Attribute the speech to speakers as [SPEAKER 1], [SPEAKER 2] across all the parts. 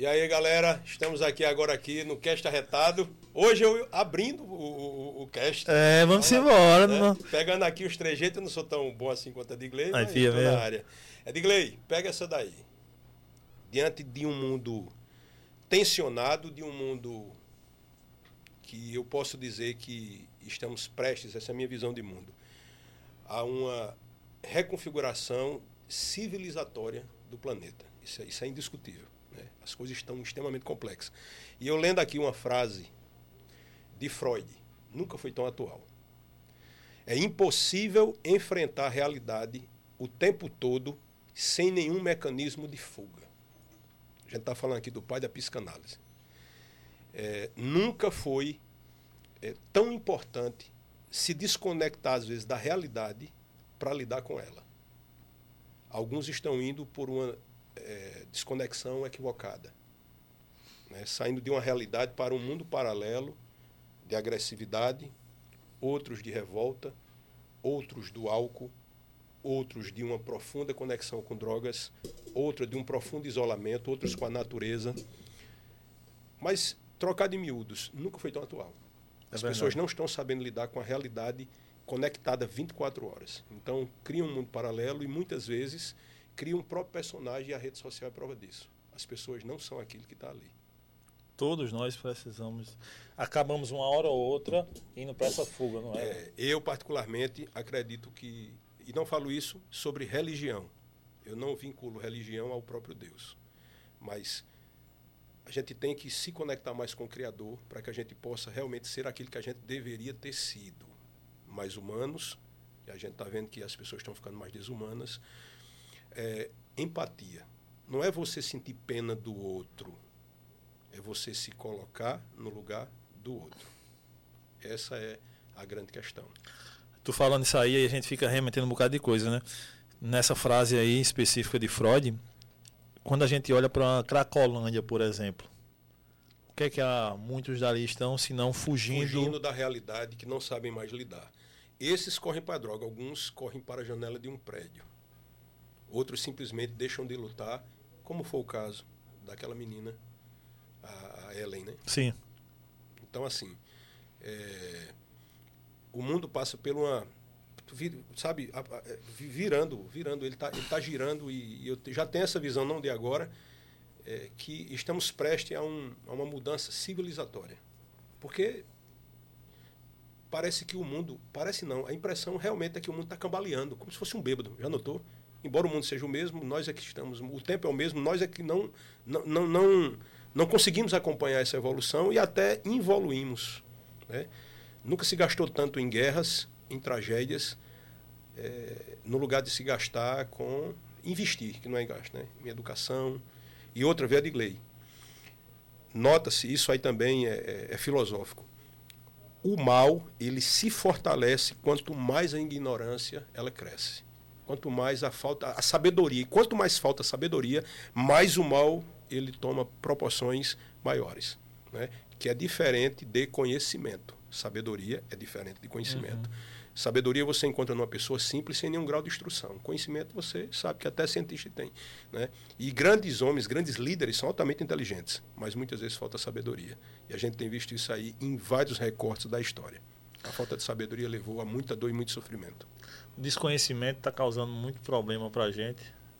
[SPEAKER 1] E aí, galera, estamos aqui no Cast Arretado. Hoje eu abrindo o cast.
[SPEAKER 2] Vamos embora.
[SPEAKER 1] Né? Pegando aqui os trejeitos, eu não sou tão bom assim quanto a Edgley, mas estou na área. Edgley, pega essa daí. Diante de um mundo tensionado, de um mundo que eu posso dizer que estamos prestes, essa é a minha visão de mundo, a uma reconfiguração civilizatória do planeta. Isso é indiscutível. As coisas estão extremamente complexas. E eu lendo aqui uma frase de Freud, nunca foi tão atual. É impossível enfrentar a realidade o tempo todo sem nenhum mecanismo de fuga. A gente está falando aqui do pai da psicanálise. Nunca foi tão importante se desconectar, às vezes, da realidade para lidar com ela. Alguns estão indo por uma desconexão equivocada, né? Saindo de uma realidade para um mundo paralelo de agressividade, outros de revolta, outros do álcool, outros de uma profunda conexão com drogas, outros de um profundo isolamento, outros com a natureza. Mas, trocar de miúdos, nunca foi tão atual. As pessoas não estão sabendo lidar com a realidade conectada 24 horas. Então, criam um mundo paralelo e, muitas vezes, criam um próprio personagem e a rede social é prova disso. As pessoas não são aquilo que está ali.
[SPEAKER 2] Todos nós precisamos. Acabamos uma hora ou outra indo para essa fuga, não é?
[SPEAKER 1] Eu, particularmente, acredito que... E não falo isso sobre religião. Eu não vinculo religião ao próprio Deus. Mas a gente tem que se conectar mais com o Criador para que a gente possa realmente ser aquilo que a gente deveria ter sido. Mais humanos. E a gente está vendo que as pessoas estão ficando mais desumanas. Empatia. Não é você sentir pena do outro. É você se colocar no lugar do outro. Essa é a grande questão.
[SPEAKER 2] Tu falando isso aí, a gente fica remetendo um bocado de coisa, né? Nessa frase aí específica de Freud, quando a gente olha para a Cracolândia, por exemplo, o que é que muitos dali estão, se não fugindo
[SPEAKER 1] da realidade, que não sabem mais lidar. Esses correm para a droga, alguns correm para a janela de um prédio. Outros simplesmente deixam de lutar, como foi o caso daquela menina, a Ellen, né?
[SPEAKER 2] Sim.
[SPEAKER 1] Então, assim, o mundo passa por uma... Sabe, virando, ele tá girando e eu já tenho essa visão, não de agora, que estamos prestes a uma mudança civilizatória. Porque parece que o mundo... Parece não, a impressão realmente é que o mundo está cambaleando, como se fosse um bêbado, já notou? Embora o mundo seja o mesmo, nós é que estamos... O tempo é o mesmo, nós é que não conseguimos acompanhar essa evolução e até involuímos, né? Nunca se gastou tanto em guerras, em tragédias, no lugar de se gastar com... Investir, que não é gasto, né? Em educação. E outra, via de Edgley. Nota-se, isso aí também é filosófico. O mal, ele se fortalece quanto mais a ignorância ela cresce. Quanto mais a sabedoria, e quanto mais falta a sabedoria, mais o mal ele toma proporções maiores, né? Que é diferente de conhecimento. Sabedoria é diferente de conhecimento. Sabedoria você encontra numa pessoa simples sem nenhum grau de instrução. Conhecimento você sabe que até cientista tem, né? E grandes homens, grandes líderes são altamente inteligentes, mas muitas vezes falta sabedoria. E a gente tem visto isso aí em vários recortes da história. A falta de sabedoria levou a muita dor e muito sofrimento.
[SPEAKER 2] O desconhecimento está causando muito problema para a gente.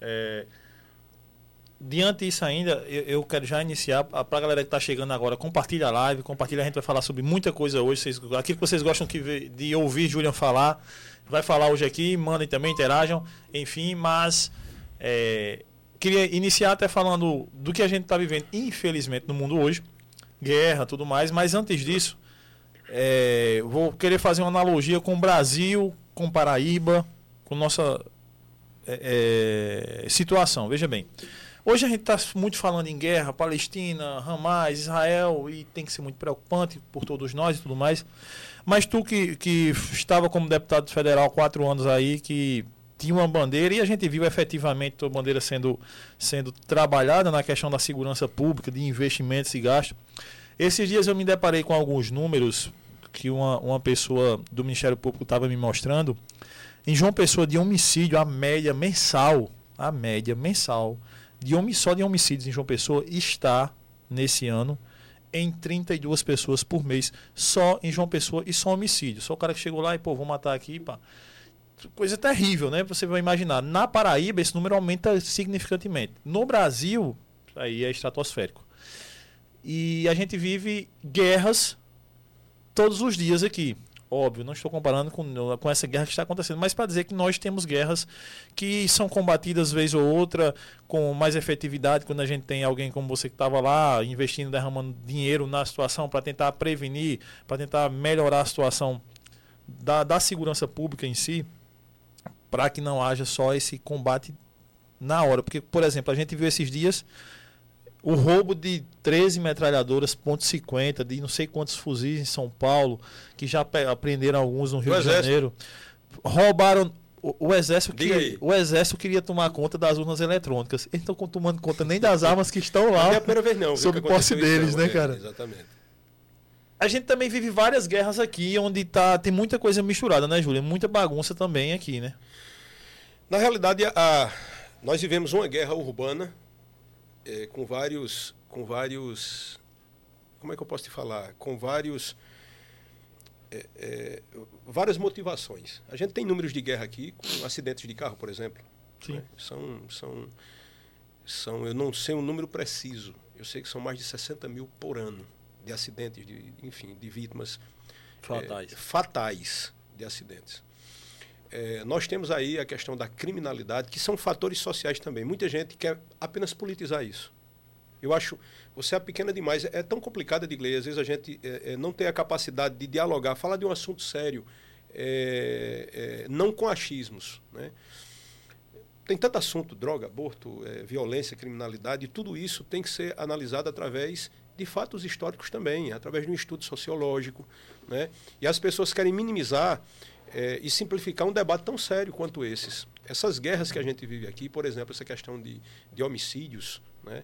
[SPEAKER 2] Diante disso ainda, eu quero já iniciar, para a galera que está chegando agora, compartilha a live, a gente vai falar sobre muita coisa hoje, aquilo que vocês gostam de ouvir Julian falar, vai falar hoje aqui, mandem também, interajam, enfim, mas queria iniciar até falando do que a gente está vivendo, infelizmente, no mundo hoje, guerra, tudo mais, mas antes disso, vou querer fazer uma analogia com o Brasil, com Paraíba, com nossa situação. Veja bem, hoje a gente está muito falando em guerra, Palestina, Hamas, Israel, e tem que ser muito preocupante por todos nós e tudo mais. Mas tu que estava como deputado federal há 4 anos aí, que tinha uma bandeira, e a gente viu efetivamente a bandeira sendo trabalhada na questão da segurança pública, de investimentos e gastos. Esses dias eu me deparei com alguns números que uma pessoa do Ministério Público estava me mostrando. Em João Pessoa, de homicídio, a média mensal só de homicídios em João Pessoa está nesse ano em 32 pessoas por mês, só em João Pessoa e só homicídio. Só o cara que chegou lá e, pô, vou matar aqui, pá. Coisa terrível, né? Você vai imaginar. Na Paraíba, esse número aumenta significativamente. No Brasil, aí é estratosférico. E a gente vive guerras todos os dias aqui. Óbvio, não estou comparando com essa guerra que está acontecendo, mas para dizer que nós temos guerras que são combatidas vez ou outra com mais efetividade, quando a gente tem alguém como você que estava lá investindo, derramando dinheiro na situação para tentar prevenir, para tentar melhorar a situação da segurança pública em si, para que não haja só esse combate na hora. Porque, por exemplo, a gente viu esses dias o roubo de 13 metralhadoras .50, de não sei quantos fuzis em São Paulo, que já apreenderam alguns no Rio de Janeiro. Roubaram o Exército. O Exército queria tomar conta das urnas eletrônicas. Eles estão tomando conta nem das armas que estão lá.
[SPEAKER 1] Não é a primeira vez, não.
[SPEAKER 2] Sob posse deles, né, cara?
[SPEAKER 1] Exatamente.
[SPEAKER 2] A gente também vive várias guerras aqui, onde tem muita coisa misturada, né, Júlia? Muita bagunça também aqui, né?
[SPEAKER 1] Na realidade, nós vivemos uma guerra urbana com vários, como é que eu posso te falar? Com várias motivações. A gente tem números de guerra aqui, com acidentes de carro, por exemplo.
[SPEAKER 2] Sim.
[SPEAKER 1] Né? Eu não sei o número preciso, eu sei que são mais de 60 mil por ano de acidentes, de vítimas fatais de acidentes. Nós temos aí a questão da criminalidade, que são fatores sociais também. Muita gente quer apenas politizar isso. Eu acho, você é pequena demais, é tão complicado, Edgley, às vezes a gente não tem a capacidade de dialogar, falar de um assunto sério, não com achismos, né? Tem tanto assunto, droga, aborto, violência, criminalidade, e tudo isso tem que ser analisado através de fatos históricos também, através de um estudo sociológico, né? E as pessoas querem minimizar e simplificar um debate tão sério quanto esses. Essas guerras que a gente vive aqui, por exemplo, essa questão de homicídios, né?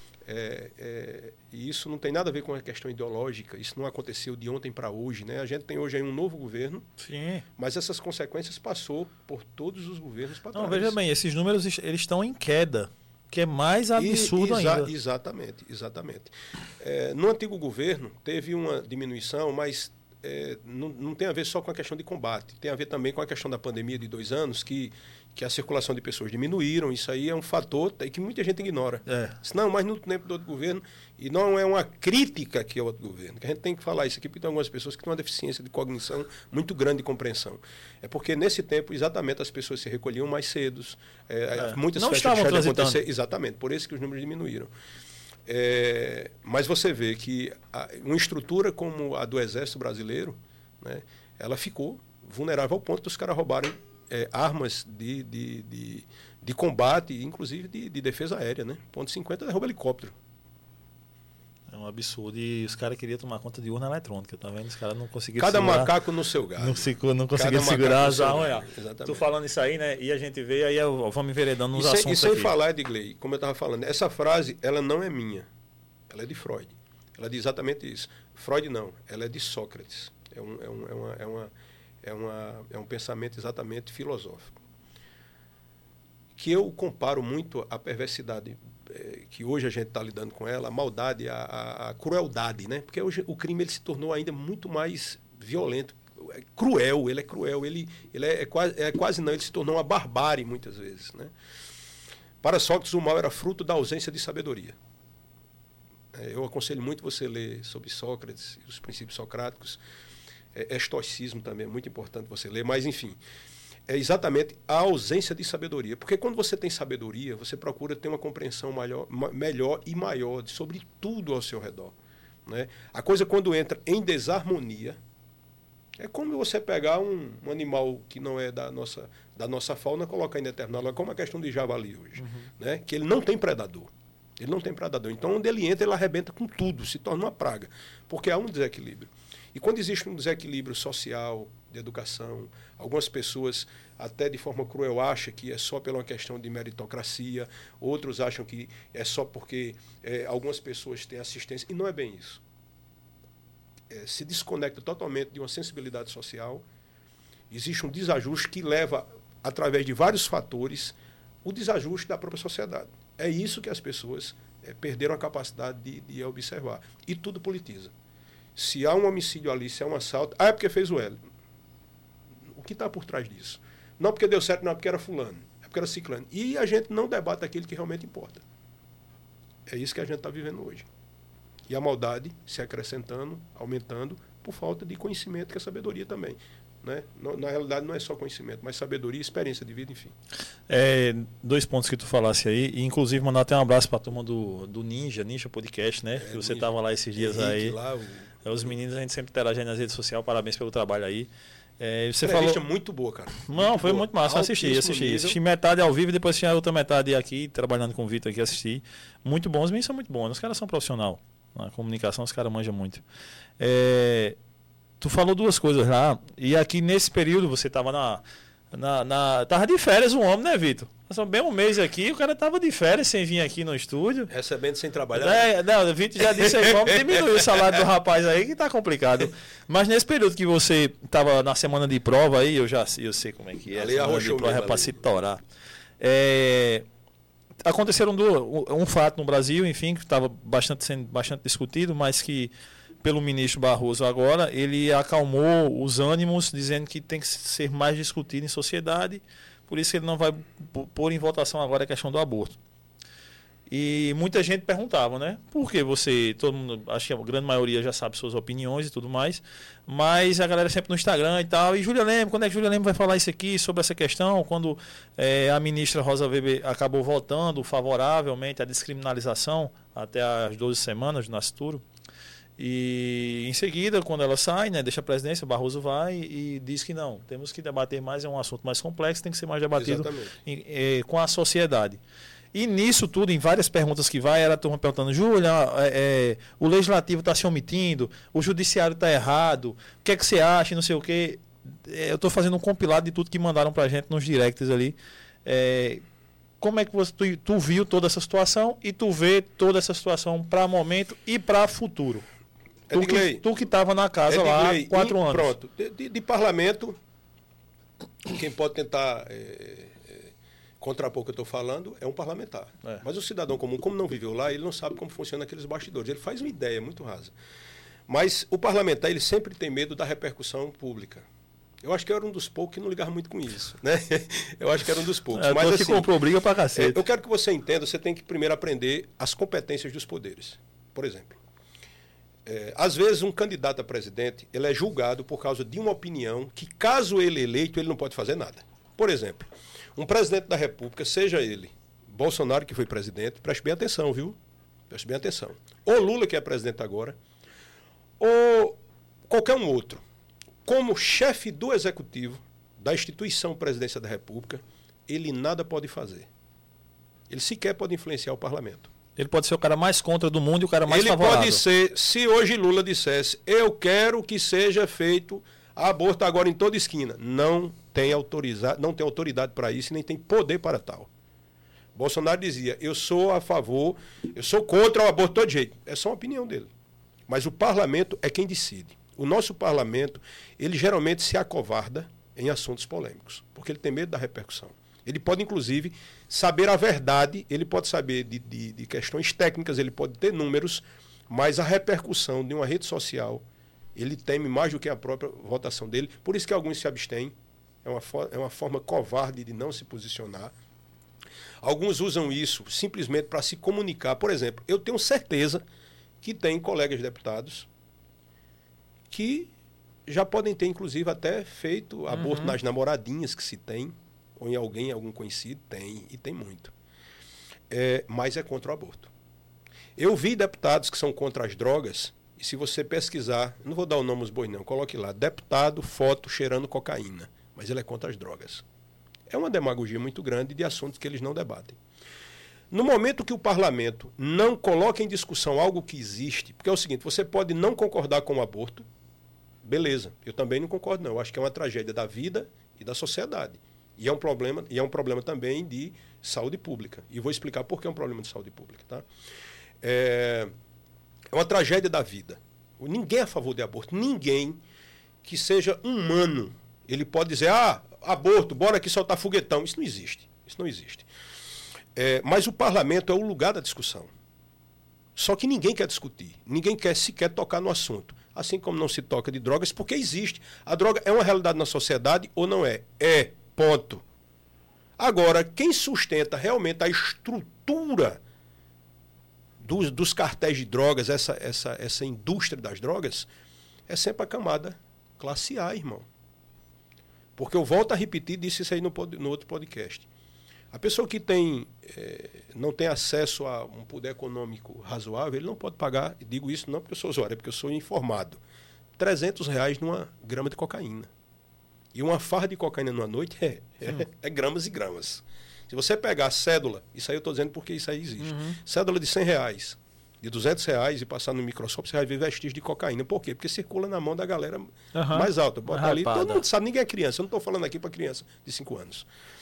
[SPEAKER 1] E isso não tem nada a ver com a questão ideológica, isso não aconteceu de ontem para hoje, né? A gente tem hoje aí um novo governo,
[SPEAKER 2] sim,
[SPEAKER 1] mas essas consequências passou por todos os governos para trás.
[SPEAKER 2] Não, veja bem, esses números eles estão em queda, que é mais absurdo ainda.
[SPEAKER 1] Exatamente. No antigo governo teve uma diminuição, mas não tem a ver só com a questão de combate, tem a ver também com a questão da pandemia de 2 anos, que a circulação de pessoas diminuíram. Isso aí é um fator que muita gente ignora. Não, mas no tempo do outro governo, e não é uma crítica que é o outro governo, que a gente tem que falar isso aqui, porque tem algumas pessoas que têm uma deficiência de cognição muito grande de compreensão. É porque nesse tempo, exatamente, as pessoas se recolhiam mais cedo, muitas
[SPEAKER 2] não
[SPEAKER 1] festas
[SPEAKER 2] estavam
[SPEAKER 1] deixaram de acontecer. Exatamente, por isso que os números diminuíram. Mas você vê que uma estrutura como a do Exército Brasileiro, né, ela ficou vulnerável ao ponto dos caras roubarem armas de combate, inclusive de defesa aérea, né? .50 derruba helicóptero.
[SPEAKER 2] É um absurdo. E os caras queriam tomar conta de urna eletrônica, tá vendo? Os caras não conseguiram
[SPEAKER 1] Cada
[SPEAKER 2] segurar.
[SPEAKER 1] macaco no seu galho.
[SPEAKER 2] Não conseguiram segurar as armas.
[SPEAKER 1] Exatamente.
[SPEAKER 2] Tô falando isso aí, né? E a gente vê, aí vamos enveredando nos assuntos
[SPEAKER 1] e sem
[SPEAKER 2] aqui.
[SPEAKER 1] falar, Edgley, como eu estava falando, essa frase, ela não é minha. Ela é de Freud. Ela diz exatamente isso. Freud não, ela é de Sócrates. É um pensamento exatamente filosófico. Que eu comparo muito à perversidade que hoje a gente está lidando com ela, a maldade, a crueldade, né? Porque hoje o crime ele se tornou ainda muito mais violento, cruel, ele é cruel, ele quase não, ele se tornou uma barbárie muitas vezes, né? Para Sócrates o mal era fruto da ausência de sabedoria. Eu aconselho muito você ler sobre Sócrates, os princípios socráticos, estoicismo também é muito importante você ler, mas enfim, é exatamente a ausência de sabedoria. Porque quando você tem sabedoria, você procura ter uma compreensão melhor e maior sobre tudo ao seu redor, né? A coisa quando entra em desarmonia, é como você pegar um animal que não é da nossa fauna, colocar em determinado lugar, como a questão de javali hoje, né? Que ele não tem predador. Ele não tem predador. Então, onde ele entra, ele arrebenta com tudo, se torna uma praga, porque há um desequilíbrio. E quando existe um desequilíbrio social, de educação, algumas pessoas, até de forma cruel, acham que é só pela uma questão de meritocracia, outros acham que é só porque algumas pessoas têm assistência, e não é bem isso. Se desconecta totalmente de uma sensibilidade social, existe um desajuste que leva, através de vários fatores, o desajuste da própria sociedade. É isso que as pessoas perderam a capacidade de observar. E tudo politiza. Se há um homicídio ali, se há um assalto, é porque fez o L. O que está por trás disso? Não porque deu certo, não é porque era fulano, é porque era ciclano. E a gente não debate aquilo que realmente importa. É isso que a gente está vivendo hoje. E a maldade se acrescentando, aumentando, por falta de conhecimento, que é sabedoria também. Né? Na realidade, não é só conhecimento, mas sabedoria, experiência de vida, enfim.
[SPEAKER 2] 2 pontos que tu falasse aí, e inclusive mandar até um abraço para a turma do Ninja Podcast, né? Que você estava lá esses dias aí.
[SPEAKER 1] Lá,
[SPEAKER 2] os meninos, a gente sempre interage aí nas redes sociais, parabéns pelo trabalho aí. Você
[SPEAKER 1] entrevista
[SPEAKER 2] falou...
[SPEAKER 1] muito boa, cara.
[SPEAKER 2] Não,
[SPEAKER 1] muito
[SPEAKER 2] foi
[SPEAKER 1] boa.
[SPEAKER 2] Muito massa, assisti metade ao vivo e depois assisti a outra metade aqui, trabalhando com o Vitor aqui, assisti. Muito bons, os meninos são muito bons, os caras são profissionais. Na comunicação os caras manjam muito. Tu falou 2 coisas lá, e aqui nesse período você estava tava de férias o homem, né, Vitor? Passou bem um mês aqui, o cara tava de férias sem vir aqui no estúdio.
[SPEAKER 1] Recebendo sem trabalhar.
[SPEAKER 2] Não, o Vitor já disse aí, vamos diminuir o salário do rapaz aí, que tá complicado. Mas nesse período que você tava na semana de prova aí, eu sei como é que é.
[SPEAKER 1] Ali arrochou
[SPEAKER 2] de prova é pra se torar. Aconteceram um fato no Brasil, enfim, que estava sendo bastante discutido, mas que pelo ministro Barroso agora, ele acalmou os ânimos, dizendo que tem que ser mais discutido em sociedade, por isso que ele não vai pôr em votação agora a questão do aborto. E muita gente perguntava, né? Por que todo mundo, acho que a grande maioria já sabe suas opiniões e tudo mais, mas a galera sempre no Instagram e tal, e Júlia Leme, quando é que Júlia Leme vai falar isso aqui, sobre essa questão, quando a ministra Rosa Weber acabou votando favoravelmente à descriminalização até as 12 semanas do nascituro. E em seguida, quando ela sai, né, deixa a presidência, o Barroso vai e diz que não, temos que debater mais, é um assunto mais complexo, tem que ser mais debatido com a sociedade. E nisso tudo, em várias perguntas que vai, era a turma perguntando, Júlia, o legislativo está se omitindo, o judiciário está errado, o que é que você acha, não sei o quê. Eu estou fazendo um compilado de tudo que mandaram para a gente nos directs ali. Como é que tu viu toda essa situação e tu vê toda essa situação para momento e para futuro? Tu que estava na casa lá há 4 anos.
[SPEAKER 1] Pronto. De parlamento, quem pode tentar contrapor o que eu estou falando é um parlamentar. Mas o cidadão comum, como não viveu lá, ele não sabe como funcionam aqueles bastidores. Ele faz uma ideia muito rasa. Mas o parlamentar, ele sempre tem medo da repercussão pública. Eu acho que eu era um dos poucos que não ligava muito com isso, né? Eu acho que era um dos poucos. Mas
[SPEAKER 2] assim, comprou briga pra cacete.
[SPEAKER 1] Eu quero que você entenda, você tem que primeiro aprender as competências dos poderes. Por exemplo, às vezes um candidato a presidente, ele é julgado por causa de uma opinião que, caso ele eleito, ele não pode fazer nada. Por exemplo, um presidente da República, seja ele Bolsonaro, que foi presidente, preste bem atenção, viu? Preste bem atenção. Ou Lula, que é presidente agora, ou qualquer um outro. Como chefe do executivo da instituição Presidência da República, ele nada pode fazer. Ele sequer pode influenciar o parlamento.
[SPEAKER 2] Ele pode ser o cara mais contra do mundo e o cara mais favorável.
[SPEAKER 1] Ele pode ser, se hoje Lula dissesse, eu quero que seja feito aborto agora em toda esquina. Não tem autoridade para isso e nem tem poder para tal. Bolsonaro dizia, eu sou a favor, eu sou contra o aborto de todo jeito. É só uma opinião dele. Mas o parlamento é quem decide. O nosso parlamento, ele geralmente se acovarda em assuntos polêmicos, porque ele tem medo da repercussão. Ele pode, inclusive, saber a verdade, ele pode saber de questões técnicas, ele pode ter números, mas a repercussão de uma rede social, ele teme mais do que a própria votação dele. Por isso que alguns se abstêm. É uma forma covarde de não se posicionar. Alguns usam isso simplesmente para se comunicar. Por exemplo, eu tenho certeza que tem colegas deputados que já podem ter, inclusive, até feito aborto nas namoradinhas que se tem, ou em algum conhecido, tem, e tem muito. Mas é contra o aborto. Eu vi deputados que são contra as drogas, e se você pesquisar, não vou dar o nome aos bois não, coloque lá, deputado, foto cheirando cocaína, mas ele é contra as drogas. É uma demagogia muito grande de assuntos que eles não debatem. No momento que o parlamento não coloca em discussão algo que existe, porque é o seguinte, você pode não concordar com o aborto, beleza, eu também não concordo não, eu acho que é uma tragédia da vida e da sociedade. E é um problema também de saúde pública. E vou explicar por que é um problema de saúde pública. Tá? É uma tragédia da vida. Ninguém é a favor de aborto. Ninguém que seja humano, ele pode dizer, aborto, bora aqui soltar foguetão. Isso não existe. Isso não existe. Mas o parlamento é o lugar da discussão. Só que ninguém quer discutir, ninguém quer sequer tocar no assunto. Assim como não se toca de drogas, porque existe. A droga é uma realidade na sociedade ou não é? É, ponto. Agora, quem sustenta realmente a estrutura dos cartéis de drogas, essa indústria das drogas, é sempre a camada classe A, irmão. Porque eu volto a repetir, disse isso aí no outro podcast. A pessoa que não tem acesso a um poder econômico razoável, ele não pode pagar, e digo isso não porque eu sou usuário, é porque eu sou informado, R$300 numa grama de cocaína. E uma farra de cocaína numa noite é gramas e gramas. Se você pegar a cédula, isso aí eu estou dizendo porque isso aí existe, cédula de R$100, de R$200 e passar no microscópio, você vai ver vestígios de cocaína. Por quê? Porque circula na mão da galera mais alta. Bota ali, todo mundo sabe, ninguém é criança. Eu não estou falando aqui para criança de 5 anos.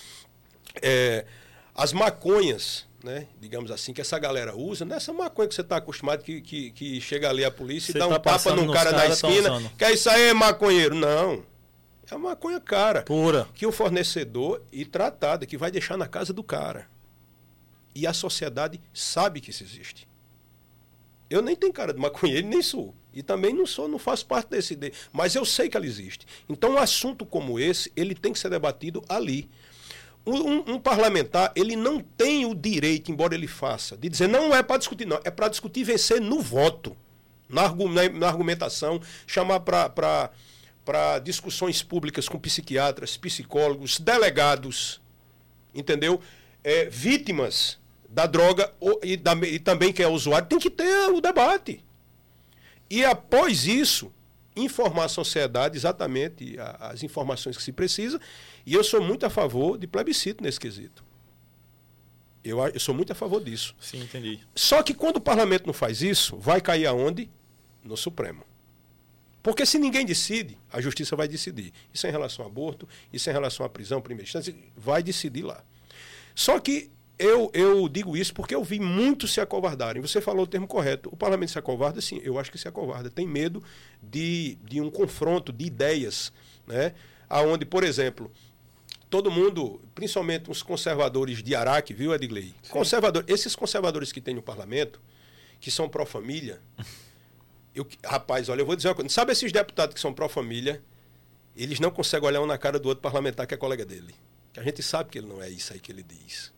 [SPEAKER 1] As maconhas, né, digamos assim, que essa galera usa, não é essa maconha que você está acostumado, que chega ali a polícia e dá um tapa num cara na esquina, que é isso aí, é maconheiro. Não. É uma maconha cara.
[SPEAKER 2] Pura.
[SPEAKER 1] Que o fornecedor e tratada, que vai deixar na casa do cara. E a sociedade sabe que isso existe. Eu nem tenho cara de maconheiro, nem sou. E também não faço parte desse. Mas eu sei que ela existe. Então, um assunto como esse, ele tem que ser debatido ali. Um parlamentar, ele não tem o direito, embora ele faça, de dizer, não é para discutir, não. É para discutir e vencer no voto, na argumentação, chamar para discussões públicas com psiquiatras, psicólogos, delegados, entendeu? Vítimas da droga e também quem é usuário, tem que ter o debate. E após isso, informar a sociedade exatamente as informações que se precisa. E eu sou muito a favor de plebiscito nesse quesito. Eu sou muito a favor disso.
[SPEAKER 2] Sim, entendi.
[SPEAKER 1] Só que quando o parlamento não faz isso, vai cair aonde? No Supremo. Porque se ninguém decide, a justiça vai decidir. Isso é em relação ao aborto, isso é em relação à prisão, primeira instância, vai decidir lá. Só que eu digo isso porque eu vi muitos se acovardarem. Você falou o termo correto. O parlamento se acovarda, sim. Eu acho que se acovarda. Tem medo de um confronto de ideias, né? Aonde, por exemplo, todo mundo, principalmente os conservadores de Araque, viu, Edgley? Esses conservadores que tem no parlamento, que são pró-família, rapaz, olha, eu vou dizer uma coisa. Sabe esses deputados que são pró-família? Eles não conseguem olhar um na cara do outro parlamentar que é colega dele. Que a gente sabe que ele não é isso aí que ele diz.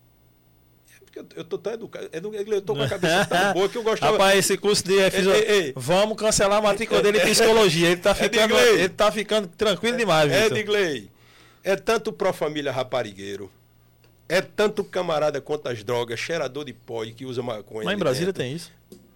[SPEAKER 1] Eu tô tão educado. Eu tô com a cabeça tão boa que eu gostava.
[SPEAKER 2] Rapaz, esse curso de vamos cancelar a matrícula dele em psicologia. Ele tá ficando tranquilo demais, Vitor.
[SPEAKER 1] Edgley, é tanto pró-família raparigueiro, é tanto camarada contra as drogas, cheirador de pó e que usa maconha.
[SPEAKER 2] Mas em Brasília tem isso.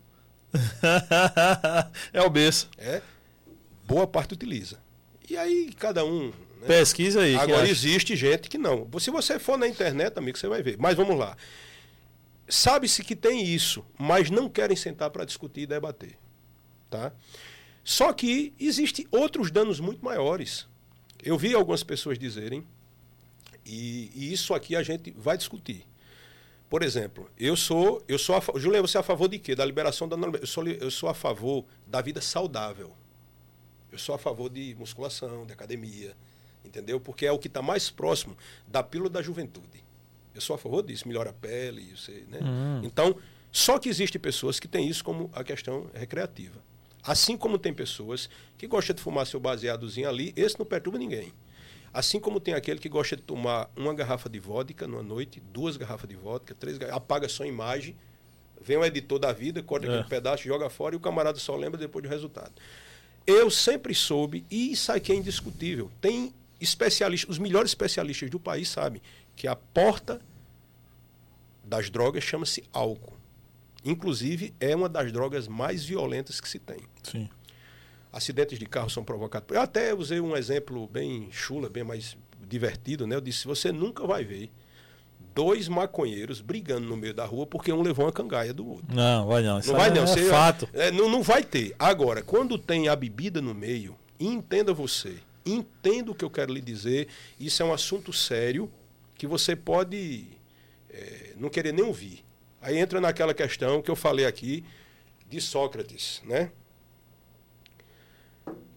[SPEAKER 2] É o berço.
[SPEAKER 1] Boa parte utiliza. E aí, cada um... Né?
[SPEAKER 2] Pesquisa aí.
[SPEAKER 1] Agora, existe gente que não. Se você for na internet, amigo, você vai ver. Mas vamos lá. Sabe-se que tem isso, mas não querem sentar para discutir e debater. Tá? Só que existem outros danos muito maiores. Eu vi algumas pessoas dizerem, e isso aqui a gente vai discutir. Por exemplo, Juliano, você é a favor de quê? Da liberação da normalidade. Eu sou a favor da vida saudável. Eu sou a favor de musculação, de academia, entendeu? Porque é o que está mais próximo da pílula da juventude. Eu sou a favor disso, melhora a pele, né? Então, só que existem pessoas que têm isso como a questão recreativa. Assim como tem pessoas que gostam de fumar seu baseadozinho ali, esse não perturba ninguém. Assim como tem aquele que gosta de tomar uma garrafa de vodka numa noite, 2 garrafas de vodka, 3 garrafas, apaga só a imagem, vem o editor da vida, corta aquele pedaço, joga fora e o camarada só lembra depois do resultado. Eu sempre soube, e isso aqui é indiscutível, tem especialistas, os melhores especialistas do país sabem que a porta das drogas chama-se álcool. Inclusive, é uma das drogas mais violentas que se tem.
[SPEAKER 2] Sim.
[SPEAKER 1] Acidentes de carro são provocados. Eu até usei um exemplo bem chula, bem mais divertido, né? Eu disse, você nunca vai ver 2 maconheiros brigando no meio da rua porque um levou uma cangaia do outro.
[SPEAKER 2] Não, vai não.
[SPEAKER 1] Não vai não.
[SPEAKER 2] É fato.
[SPEAKER 1] Não vai ter. Agora, quando tem a bebida no meio, entenda você, entenda o que eu quero lhe dizer, isso é um assunto sério que você pode não querer nem ouvir. Aí entra naquela questão que eu falei aqui de Sócrates, né?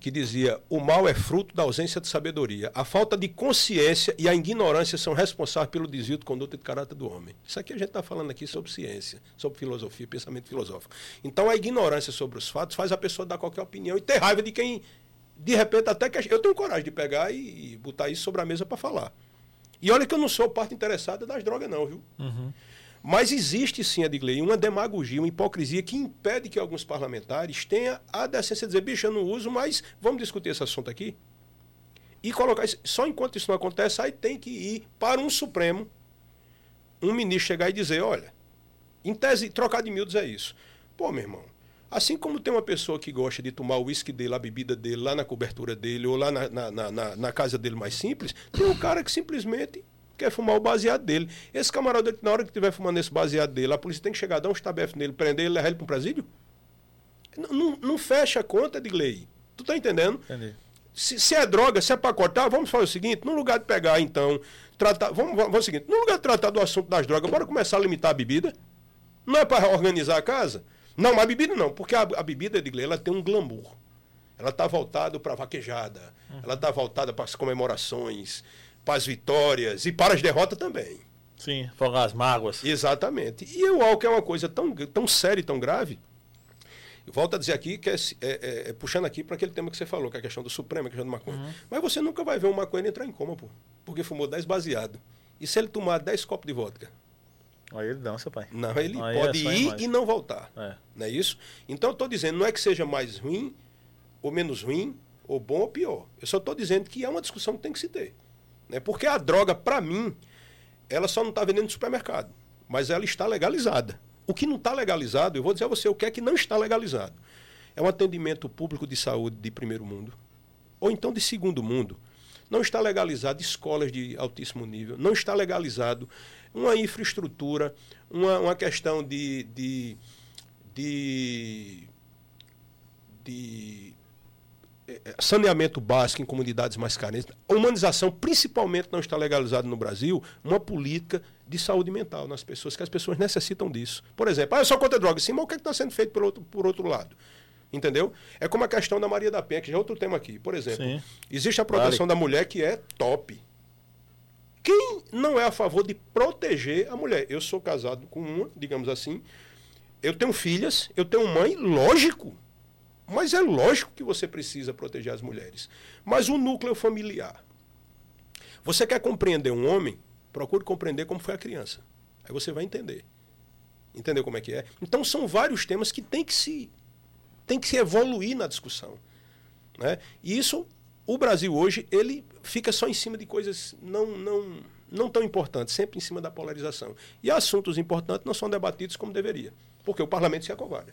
[SPEAKER 1] que dizia: o mal é fruto da ausência de sabedoria. A falta de consciência e a ignorância são responsáveis pelo desvio de conduta e de caráter do homem. Isso aqui a gente está falando aqui sobre ciência, sobre filosofia, pensamento filosófico. Então a ignorância sobre os fatos faz a pessoa dar qualquer opinião e ter raiva de quem, de repente, até que... Eu tenho coragem de pegar e botar isso sobre a mesa para falar. E olha que eu não sou parte interessada das drogas não, viu?
[SPEAKER 2] Uhum.
[SPEAKER 1] Mas existe sim, Edgley, uma demagogia, uma hipocrisia que impede que alguns parlamentares tenham a decência de dizer: bicho, eu não uso, mas vamos discutir esse assunto aqui. E colocar isso. Só enquanto isso não acontece, aí tem que ir para um Supremo, um ministro chegar e dizer: olha, em tese, trocar de miúdos é isso. Pô, meu irmão, assim como tem uma pessoa que gosta de tomar o uísque dele, a bebida dele, lá na cobertura dele, ou lá na casa dele mais simples, tem um cara que simplesmente quer fumar o baseado dele. Esse camarada, na hora que estiver fumando esse baseado dele, a polícia tem que chegar, dar um estabefe nele, prender ele, levar ele para um presídio? Não fecha a conta, Edgley. Tu tá entendendo?
[SPEAKER 2] Entendi.
[SPEAKER 1] Se é droga, se é para cortar, vamos fazer o seguinte: no lugar de pegar, então, tratar. Vamos o seguinte: no lugar de tratar do assunto das drogas, bora começar a limitar a bebida? Não é para organizar a casa? Não, mas a bebida não, porque a bebida, Edgley, ela tem um glamour. Ela está voltada para a vaquejada, ela está voltada para as comemorações, para as vitórias e para as derrotas também.
[SPEAKER 2] Sim, afogar as mágoas.
[SPEAKER 1] Exatamente. E o álcool é uma coisa tão séria e tão grave. Eu volto a dizer aqui que puxando aqui para aquele tema que você falou, que é a questão do Supremo, a questão do maconha. Uhum. Mas você nunca vai ver um maconheiro entrar em coma, pô, porque fumou 10 baseado. E se ele tomar 10 copos de vodka?
[SPEAKER 2] Aí ele dança, pai.
[SPEAKER 1] Não, ele pode ir e não voltar. Não é isso? Então eu estou dizendo, não é que seja mais ruim, ou menos ruim, ou bom ou pior. Eu só estou dizendo que é uma discussão que tem que se ter. Né? Porque a droga, para mim, ela só não está vendendo no supermercado, mas ela está legalizada. O que não está legalizado, eu vou dizer a você o que é que não está legalizado. É um atendimento público de saúde de primeiro mundo, ou então de segundo mundo. Não está legalizado escolas de altíssimo nível, não está legalizado uma infraestrutura, uma questão de saneamento básico em comunidades mais carentes. A humanização, principalmente, não está legalizada no Brasil, uma política de saúde mental nas pessoas, que as pessoas necessitam disso. Por exemplo, eu sou contra a droga, sim, mas o que está sendo feito por outro lado? Entendeu? É como a questão da Maria da Penha, que já é outro tema aqui. Por exemplo, sim, existe a proteção da mulher, que é top. Quem não é a favor de proteger a mulher? Eu sou casado com uma, digamos assim, eu tenho filhas, eu tenho mãe, lógico. Mas é lógico que você precisa proteger as mulheres. Mas o núcleo familiar. Você quer compreender um homem? Procure compreender como foi a criança. Aí você vai entender. Entendeu como é que é? Então são vários temas que tem que se evoluir na discussão. Né? E isso, o Brasil hoje, ele fica só em cima de coisas não tão importantes, sempre em cima da polarização. E assuntos importantes não são debatidos como deveria, porque o parlamento se acovarda.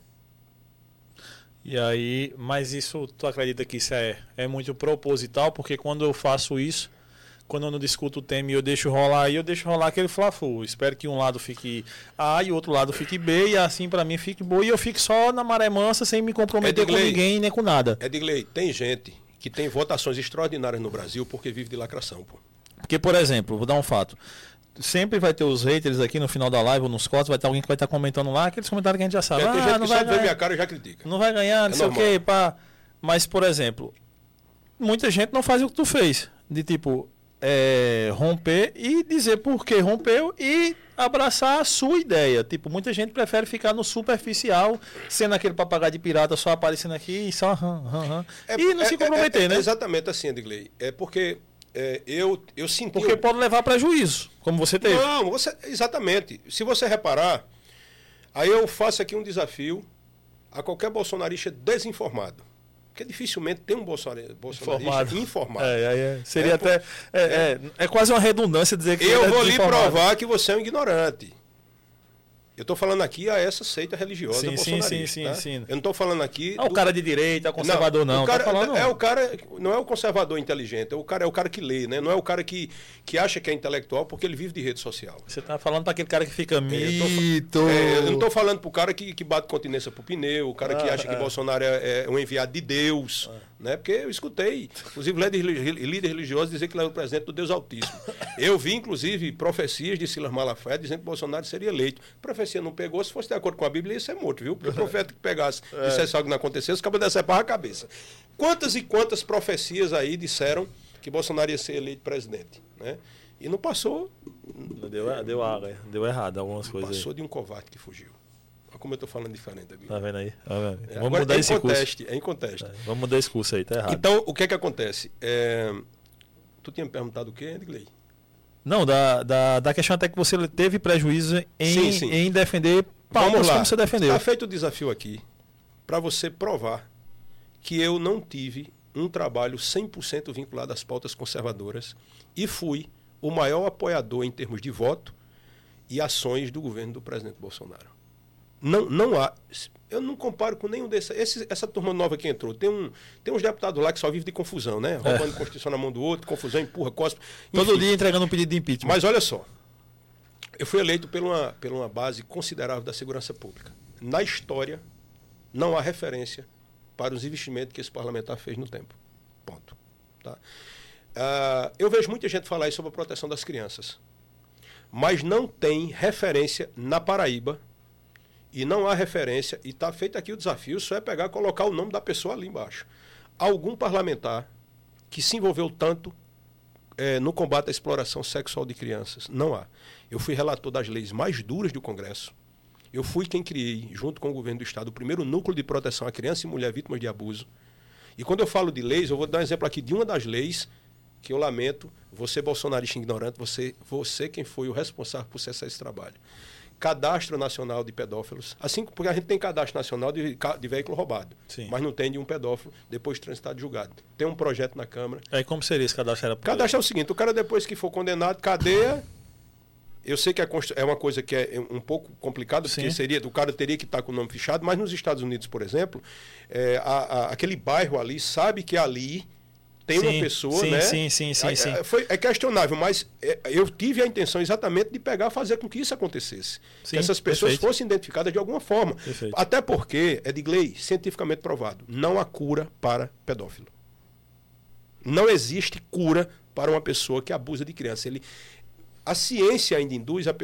[SPEAKER 2] E aí, mas isso, tu acredita que isso é muito proposital? Porque quando eu faço isso, quando eu não discuto o tema e eu deixo rolar aquele fla-flu. Espero que um lado fique A e o outro lado fique B, e assim pra mim fique boa, e eu fico só na maré mansa sem me comprometer com ninguém nem com nada.
[SPEAKER 1] Edgley, tem gente que tem votações extraordinárias no Brasil porque vive de lacração, pô.
[SPEAKER 2] Porque, por exemplo, vou dar um fato. Sempre vai ter os haters aqui no final da live ou nos cortes, vai ter alguém que vai estar comentando lá, aqueles comentários que a gente já sabe.
[SPEAKER 1] Tem gente
[SPEAKER 2] não
[SPEAKER 1] que
[SPEAKER 2] vai
[SPEAKER 1] só
[SPEAKER 2] ganhar,
[SPEAKER 1] vê minha cara e já critica.
[SPEAKER 2] Não vai ganhar, não sei o quê, pá. Mas, por exemplo, muita gente não faz o que tu fez. De tipo, romper e dizer por que rompeu e abraçar a sua ideia. Tipo, muita gente prefere ficar no superficial, sendo aquele papagaio de pirata só aparecendo aqui e só e não se comprometer, né?
[SPEAKER 1] Exatamente assim, Edgley. É porque eu senti...
[SPEAKER 2] Porque pode levar prejuízo, como você teve.
[SPEAKER 1] Não, exatamente. Se você reparar, aí eu faço aqui um desafio a qualquer bolsonarista desinformado. Porque dificilmente tem um bolsonarista informado.
[SPEAKER 2] Seria até... É quase uma redundância dizer que
[SPEAKER 1] eu vou lhe provar que você é um ignorante. Eu estou falando aqui a essa seita religiosa bolsonarista. Sim. Eu não estou falando aqui...
[SPEAKER 2] o cara de direita, o conservador não.
[SPEAKER 1] O cara, o cara não é o conservador inteligente, é o cara que lê, né? Não é o cara que acha que é intelectual porque ele vive de rede social.
[SPEAKER 2] Você está falando para aquele cara que fica mito.
[SPEAKER 1] Eu não estou falando para o cara que bate continência pro pneu, o cara que acha que Bolsonaro é um enviado de Deus. Né? Porque eu escutei, inclusive, líder religioso dizer que ele era o presidente do Deus Altíssimo. Eu vi, inclusive, profecias de Silas Malafaia dizendo que Bolsonaro seria eleito. A profecia não pegou, se fosse de acordo com a Bíblia, ia ser morto, viu? Porque o profeta que pegasse e dissesse algo que não acontecesse, os cabos decepava a cabeça. quantas e quantas profecias aí disseram que Bolsonaro ia ser eleito presidente, né? E não passou.
[SPEAKER 2] Deu errado algumas coisas.
[SPEAKER 1] Passou
[SPEAKER 2] aí.
[SPEAKER 1] De um covarde que fugiu. Olha como eu estou falando diferente aqui.
[SPEAKER 2] Tá vendo aí? Vamos
[SPEAKER 1] agora,
[SPEAKER 2] mudar esse curso.
[SPEAKER 1] É em contexto.
[SPEAKER 2] Vamos mudar esse curso aí, tá errado.
[SPEAKER 1] Então, o que é que acontece? Tu tinha me perguntado o quê, Edgley?
[SPEAKER 2] Não, da questão até que você teve prejuízo em defender pautas como você defendeu.
[SPEAKER 1] Está feito o desafio aqui para você provar que eu não tive um trabalho 100% vinculado às pautas conservadoras e fui o maior apoiador em termos de voto e ações do governo do presidente Bolsonaro. Não há... Eu não comparo com nenhum desses. Essa turma nova que entrou. Tem uns deputados lá que só vivem de confusão, né? Roubando Constituição na mão do outro, confusão, empurra, cospe.
[SPEAKER 2] Todo dia entregando um pedido de impeachment.
[SPEAKER 1] Mas olha só. Eu fui eleito por uma base considerável da segurança pública. Na história, não há referência para os investimentos que esse parlamentar fez no tempo. Ponto. Tá? Eu vejo muita gente falar aí sobre a proteção das crianças. Mas não tem referência na Paraíba. E não há referência, e está feito aqui o desafio, só é pegar e colocar o nome da pessoa ali embaixo. Algum parlamentar que se envolveu tanto no combate à exploração sexual de crianças? Não há. Eu fui relator das leis mais duras do Congresso. Eu fui quem criei, junto com o governo do Estado, o primeiro núcleo de proteção à criança e mulher vítimas de abuso. E quando eu falo de leis, eu vou dar um exemplo aqui de uma das leis que eu lamento, você bolsonarista ignorante, você quem foi o responsável por cessar esse trabalho. Cadastro Nacional de Pedófilos, assim porque a gente tem cadastro nacional de veículo roubado,
[SPEAKER 2] Sim.
[SPEAKER 1] Mas não tem de um pedófilo depois de transitado de julgado. Tem um projeto na Câmara.
[SPEAKER 2] Aí como seria esse cadastro?
[SPEAKER 1] Cadastro é o seguinte, o cara depois que for condenado, cadeia, eu sei que é uma coisa que é um pouco complicada, porque o cara teria que estar com o nome fichado, mas nos Estados Unidos, por exemplo, aquele bairro ali sabe que ali tem uma pessoa, né?
[SPEAKER 2] Sim.
[SPEAKER 1] É questionável, mas eu tive a intenção exatamente de fazer com que isso acontecesse. Que essas pessoas fossem identificadas de alguma forma.
[SPEAKER 2] Perfeito.
[SPEAKER 1] Até porque, Edgley, cientificamente provado, não há cura para pedófilo. Não existe cura para uma pessoa que abusa de criança. A ciência ainda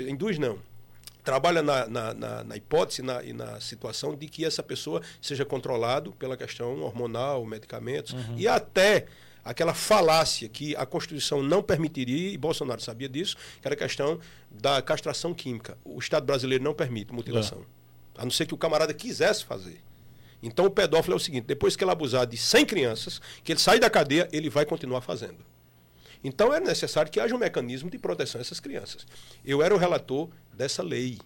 [SPEAKER 1] trabalha na hipótese e na situação de que essa pessoa seja controlado pela questão hormonal, medicamentos, e até aquela falácia que a Constituição não permitiria, e Bolsonaro sabia disso, que era a questão da castração química. O Estado brasileiro não permite mutilação, a não ser que o camarada quisesse fazer. Então o pedófilo é o seguinte, depois que ele abusar de 100 crianças, que ele sai da cadeia, ele vai continuar fazendo. Então era necessário que haja um mecanismo de proteção a essas crianças. Eu era o relator dessa lei.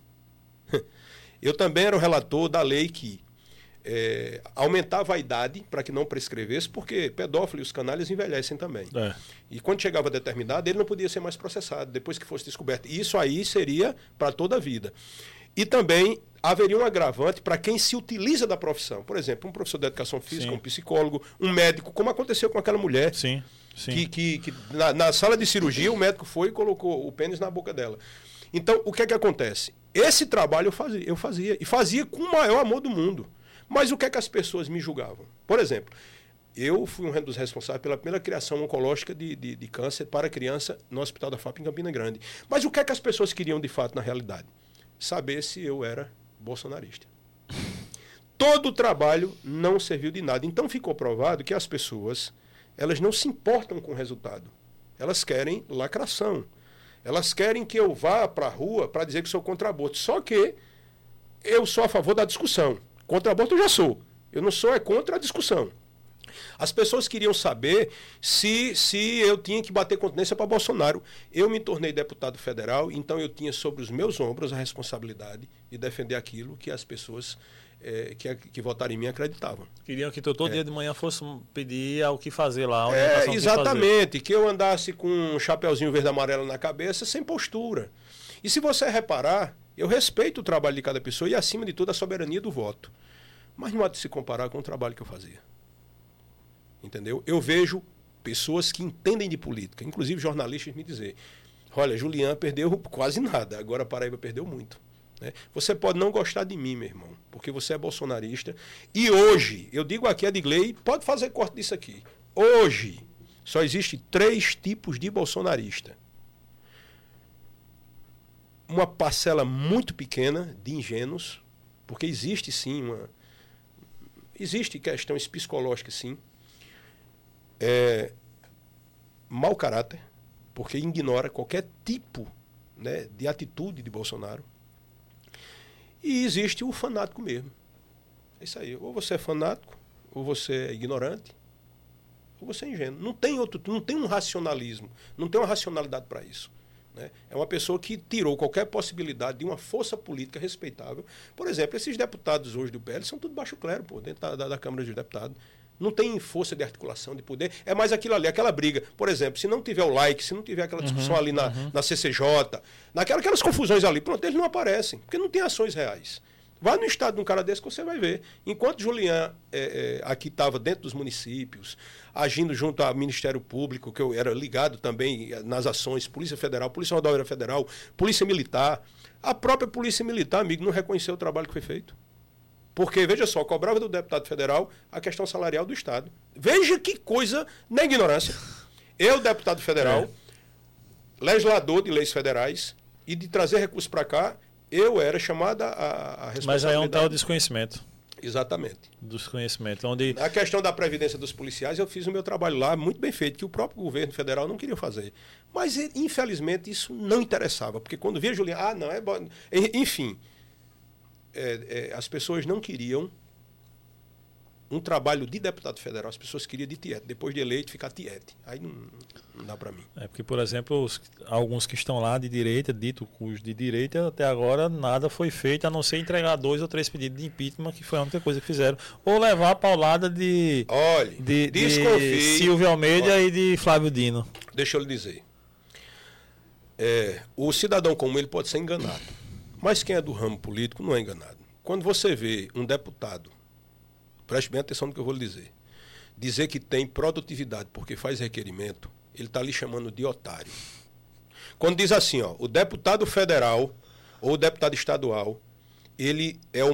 [SPEAKER 1] Eu também era o relator da lei que aumentava a idade para que não prescrevesse, porque pedófilo e os canalhas envelhecem também. E quando chegava a determinada, ele não podia ser mais processado, depois que fosse descoberto. E isso aí seria para toda a vida. E também haveria um agravante para quem se utiliza da profissão. Por exemplo, um professor de educação física, um psicólogo, um médico, como aconteceu com aquela mulher.
[SPEAKER 2] Sim.
[SPEAKER 1] Que na sala de cirurgia o médico foi e colocou o pênis na boca dela. Então, o que é que acontece? Esse trabalho eu fazia. E fazia com o maior amor do mundo. Mas o que é que as pessoas me julgavam? Por exemplo, eu fui um dos responsáveis pela primeira criação oncológica de câncer para criança no Hospital da FAP em Campina Grande. Mas o que é que as pessoas queriam de fato na realidade? Saber se eu era bolsonarista. Todo o trabalho não serviu de nada. Então ficou provado que as pessoas, elas não se importam com o resultado. Elas querem lacração. Elas querem que eu vá para a rua para dizer que sou contra aborto. Só que eu sou a favor da discussão. Contra aborto eu já sou. Eu não sou contra a discussão. As pessoas queriam saber se eu tinha que bater continência para Bolsonaro. Eu me tornei deputado federal, então eu tinha sobre os meus ombros a responsabilidade de defender aquilo que as pessoas que votaram em mim acreditavam.
[SPEAKER 2] Queriam que todo dia de manhã fosse pedir o que fazer lá.
[SPEAKER 1] Exatamente, que eu andasse com um chapeuzinho verde e amarelo na cabeça, sem postura. E se você reparar, eu respeito o trabalho de cada pessoa e, acima de tudo, a soberania do voto. Mas não há de se comparar com o trabalho que eu fazia. Entendeu? Eu vejo pessoas que entendem de política, inclusive jornalistas, me dizer: olha, Julian perdeu quase nada, agora a Paraíba perdeu muito. Né? Você pode não gostar de mim, meu irmão, porque você é bolsonarista. E hoje, eu digo aqui, Edgley, pode fazer corte disso aqui. Hoje, só existe 3 tipos de bolsonarista. Uma parcela muito pequena de ingênuos, porque existe sim existe questões psicológicas, sim. mau caráter, porque ignora qualquer tipo, né, de atitude de Bolsonaro. E existe o fanático mesmo. É isso aí. Ou você é fanático, ou você é ignorante, ou você é ingênuo. Não tem um racionalismo, não tem uma racionalidade para isso. Né? É uma pessoa que tirou qualquer possibilidade de uma força política respeitável. Por exemplo, esses deputados hoje do PL são tudo baixo clero, pô, dentro da Câmara dos Deputados. Não tem força de articulação, de poder. É mais aquilo ali, aquela briga. Por exemplo, se não tiver o like, se não tiver aquela discussão ali na CCJ, aquelas confusões ali, pronto, eles não aparecem, porque não tem ações reais. Vai no estado de um cara desse que você vai ver. Enquanto Julian aqui estava dentro dos municípios, agindo junto ao Ministério Público, que eu era ligado também nas ações, Polícia Federal, Polícia Rodoviária Federal, Polícia Militar, a própria Polícia Militar, amigo, não reconheceu o trabalho que foi feito. Porque, veja só, cobrava do deputado federal a questão salarial do Estado. Veja que coisa na ignorância. Eu, deputado federal, legislador de leis federais, e de trazer recursos para cá, eu era chamada a responsabilidade.
[SPEAKER 2] Mas aí é um tal desconhecimento.
[SPEAKER 1] Exatamente.
[SPEAKER 2] Desconhecimento. Onde...
[SPEAKER 1] A questão da previdência dos policiais, eu fiz o meu trabalho lá, muito bem feito, que o próprio governo federal não queria fazer. Mas, infelizmente, isso não interessava. Porque quando via Juliana, não, é bom. Enfim... as pessoas não queriam um trabalho de deputado federal, as pessoas queriam de tiete. Depois de eleito, ficar tiete. Aí não dá para mim.
[SPEAKER 2] Porque, por exemplo, alguns que estão lá de direita, dito cujo de direita, até agora nada foi feito, a não ser entregar 2 ou 3 pedidos de impeachment, que foi a única coisa que fizeram. Ou levar a paulada de Silvio Almeida e de Flávio Dino.
[SPEAKER 1] Deixa eu lhe dizer. O cidadão comum ele pode ser enganado. Mas quem é do ramo político não é enganado. Quando você vê um deputado, preste bem atenção no que eu vou lhe dizer que tem produtividade porque faz requerimento, ele está lhe chamando de otário. Quando diz assim, ó, o deputado federal ou o deputado estadual, ele é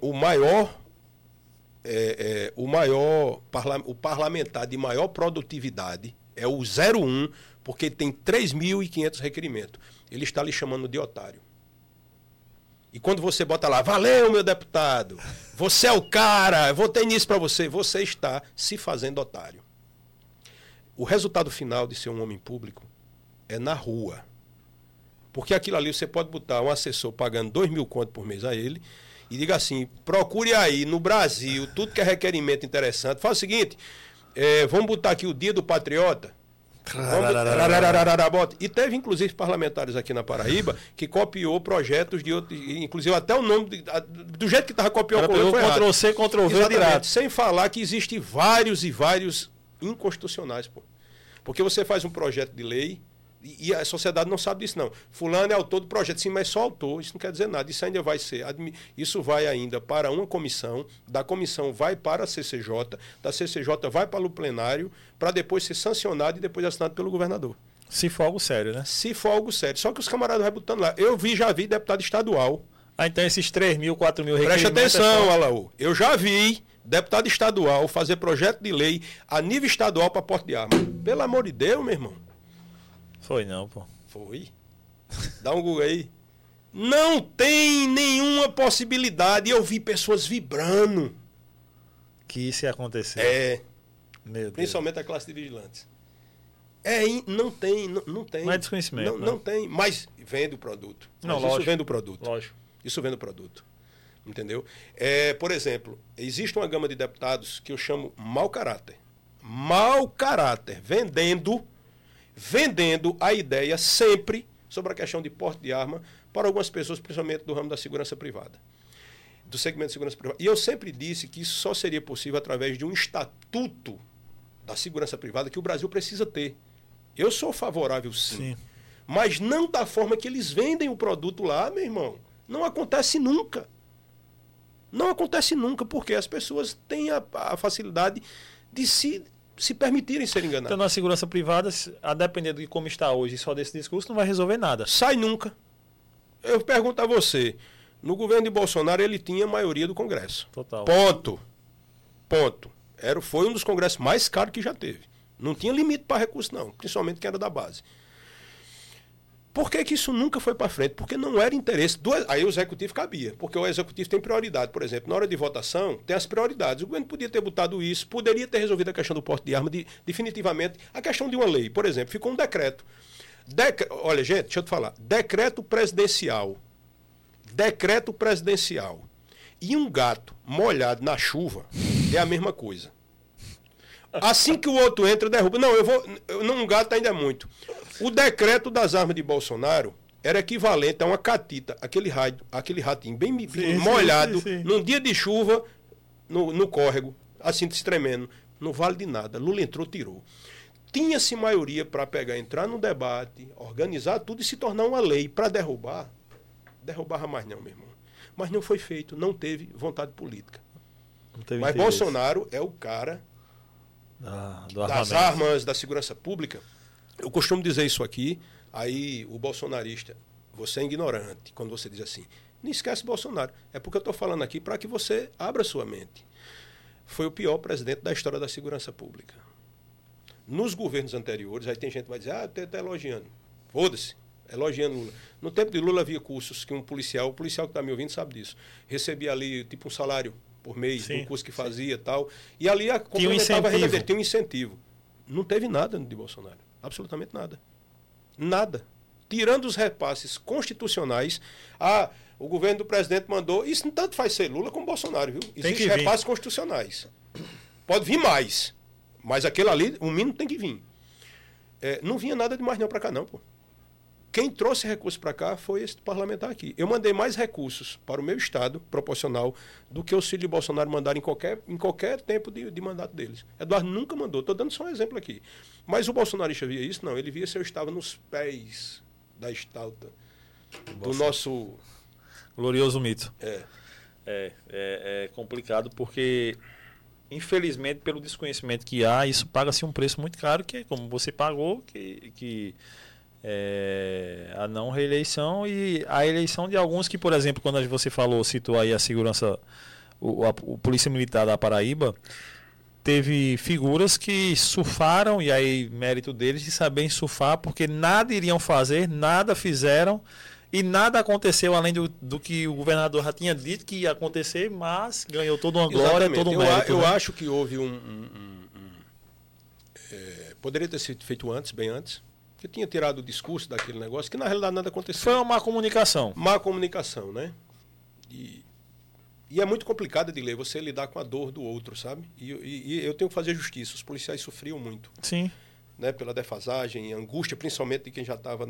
[SPEAKER 1] o parlamentar de maior produtividade, é o 01, porque tem 3.500 requerimentos. Ele está lhe chamando de otário. E quando você bota lá, valeu, meu deputado, você é o cara, eu votei nisso para você, você está se fazendo otário. O resultado final de ser um homem público é na rua. Porque aquilo ali você pode botar um assessor pagando 2.000 contos por mês a ele e diga assim, procure aí no Brasil tudo que é requerimento interessante. Fala o seguinte, vamos botar aqui o Dia do Patriota. E teve inclusive parlamentares aqui na Paraíba que copiou projetos de outros, inclusive até o nome do jeito que estava copiando o
[SPEAKER 2] Ctrl+C, Ctrl+V direto.
[SPEAKER 1] Sem falar que existe vários e vários inconstitucionais, pô. Porque você faz um projeto de lei e a sociedade não sabe disso, não. Fulano é autor do projeto, sim, mas só autor, isso não quer dizer nada. Isso ainda vai ser, isso vai ainda para uma comissão, da comissão vai para a CCJ, da CCJ vai para o plenário, para depois ser sancionado e depois assinado pelo governador.
[SPEAKER 2] Se for algo sério, né?
[SPEAKER 1] Se for algo sério. Só que os camaradas vão botando lá. Já vi deputado estadual.
[SPEAKER 2] Então esses 3.000, 4.000 requerimentos...
[SPEAKER 1] Preste atenção, Alaú. Eu já vi deputado estadual fazer projeto de lei a nível estadual para porte de arma. Pelo amor de Deus, meu irmão.
[SPEAKER 2] Foi não, pô.
[SPEAKER 1] Foi. Dá um Google aí. Não tem nenhuma possibilidade. Eu vi pessoas vibrando.
[SPEAKER 2] Que isso ia acontecer.
[SPEAKER 1] Meu Deus. Principalmente a classe de vigilantes. Não tem.
[SPEAKER 2] Não é desconhecimento.
[SPEAKER 1] Não tem. Mas vende o produto.
[SPEAKER 2] Isso
[SPEAKER 1] vende o produto.
[SPEAKER 2] Lógico.
[SPEAKER 1] Isso vende o produto. Entendeu? Por exemplo, existe uma gama de deputados que eu chamo mau caráter. Mau caráter. Vendendo a ideia sempre sobre a questão de porte de arma para algumas pessoas, principalmente do ramo da segurança privada, do segmento de segurança privada. E eu sempre disse que isso só seria possível através de um estatuto da segurança privada que o Brasil precisa ter. Eu sou favorável, sim. Mas não da forma que eles vendem o produto lá, meu irmão. Não acontece nunca. Não acontece nunca, porque as pessoas têm a facilidade de se permitirem ser enganados.
[SPEAKER 2] Então, na segurança privada, a depender de como está hoje, só desse discurso, não vai resolver nada.
[SPEAKER 1] Sai nunca. Eu pergunto a você, no governo de Bolsonaro, ele tinha a maioria do Congresso.
[SPEAKER 2] Total.
[SPEAKER 1] Ponto. Foi um dos congressos mais caros que já teve. Não tinha limite para recurso, não, principalmente quem era da base. Por que isso nunca foi para frente? Porque não era interesse aí o executivo cabia, porque o executivo tem prioridade. Por exemplo, na hora de votação, tem as prioridades. O governo podia ter botado isso, poderia ter resolvido a questão do porte de arma definitivamente. A questão de uma lei, por exemplo, ficou um decreto. Olha, gente, deixa eu te falar. Decreto presidencial. Decreto presidencial. E um gato molhado na chuva é a mesma coisa. Assim que o outro entra, derruba. Não, um gato ainda é muito. O decreto das armas de Bolsonaro era equivalente a uma catita, aquele ratinho bem molhado, num dia de chuva, no córrego, assim se tremendo. Não vale de nada. Lula entrou, tirou. Tinha-se maioria para entrar no debate, organizar tudo e se tornar uma lei para derrubar. Derrubava mais não, meu irmão. Mas não foi feito, não teve vontade política. Mas Bolsonaro é o cara das armas, da segurança pública. Eu costumo dizer isso aqui, aí o bolsonarista, você é ignorante quando você diz assim, não esquece Bolsonaro. É porque eu estou falando aqui para que você abra sua mente. Foi o pior presidente da história da segurança pública. Nos governos anteriores, aí tem gente que vai dizer, está elogiando. Foda-se, elogiando Lula. No tempo de Lula havia cursos que o policial que está me ouvindo sabe disso, recebia ali tipo um salário por mês, um curso que fazia e tal. E ali complementava a renda dele, tinha um incentivo. Não teve nada de Bolsonaro. Absolutamente nada. Nada. Tirando os repasses constitucionais, o governo do presidente mandou, isso não tanto faz ser Lula como Bolsonaro, viu? Existem repasses constitucionais. Pode vir mais, mas aquele ali, o mínimo tem que vir. Não vinha nada de mais não para cá não, pô. Quem trouxe recursos para cá foi esse parlamentar aqui. Eu mandei mais recursos para o meu estado, proporcional, do que os filhos de Bolsonaro mandaram em qualquer tempo de mandato deles. Eduardo nunca mandou. Estou dando só um exemplo aqui. Mas o bolsonarista via isso? Não. Ele via se eu estava nos pés da estalta do nosso...
[SPEAKER 2] glorioso mito.
[SPEAKER 3] É complicado porque, infelizmente, pelo desconhecimento que há, isso paga-se um preço muito caro, que é como você pagou, a não reeleição e a eleição de alguns que, por exemplo, quando você citou aí a segurança, o Polícia Militar da Paraíba, teve figuras que surfaram, e aí mérito deles de saberem surfar, porque nada iriam fazer, nada fizeram e nada aconteceu além do que o governador já tinha dito que ia acontecer, mas ganhou toda uma glória, todo um mérito.
[SPEAKER 1] Eu acho que houve poderia ter sido feito antes, bem antes, que tinha tirado o discurso daquele negócio, que na realidade nada aconteceu.
[SPEAKER 2] Foi uma má comunicação.
[SPEAKER 1] Má comunicação, né? E é muito complicado de ler, você lidar com a dor do outro, sabe? E eu tenho que fazer justiça. Os policiais sofriam muito.
[SPEAKER 2] Sim.
[SPEAKER 1] Né? Pela defasagem, angústia, principalmente de quem já estava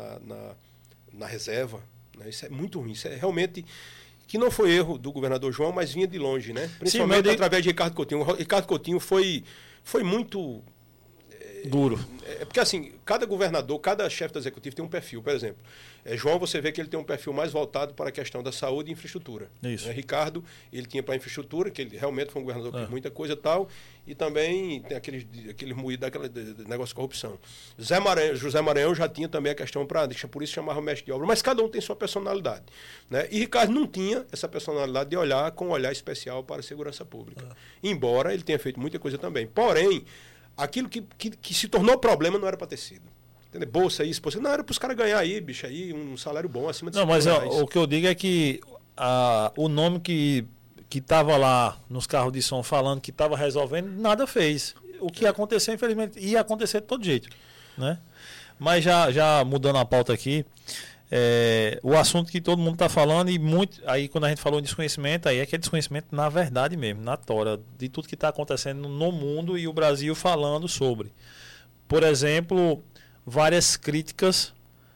[SPEAKER 1] na reserva. Né? Isso é muito ruim. Isso é realmente... Que não foi erro do governador João, mas vinha de longe, né? Principalmente através de Ricardo Coutinho. O Ricardo Coutinho foi muito...
[SPEAKER 2] duro.
[SPEAKER 1] Porque assim, cada governador, cada chefe do executivo tem um perfil. Por exemplo, João, você vê que ele tem um perfil mais voltado para a questão da saúde e infraestrutura.
[SPEAKER 2] Isso.
[SPEAKER 1] Ricardo, ele tinha para a infraestrutura, que ele realmente foi um governador que fez muita coisa e tal, e também tem aquele moído daquele negócio de corrupção. José Maranhão já tinha também a questão por isso chamava mestre de obra, mas cada um tem sua personalidade. Né? E Ricardo não tinha essa personalidade de olhar com um olhar especial para a segurança pública. Embora ele tenha feito muita coisa também. Porém, aquilo que se tornou problema não era para ter sido. Entendeu? Bolsa, isso, não era para os caras ganhar aí, bicho, aí um salário bom acima de 50 reais.
[SPEAKER 2] Mas o que eu digo é que o nome que estava lá nos carros de som falando que estava resolvendo, nada fez. O que aconteceu, infelizmente, ia acontecer de todo jeito. Né? Mas já mudando a pauta aqui, o assunto que todo mundo está falando, e muito. Aí quando a gente falou de desconhecimento, aí é que é desconhecimento na verdade mesmo, na tora, de tudo que está acontecendo no mundo e o Brasil falando sobre. Por exemplo, várias críticas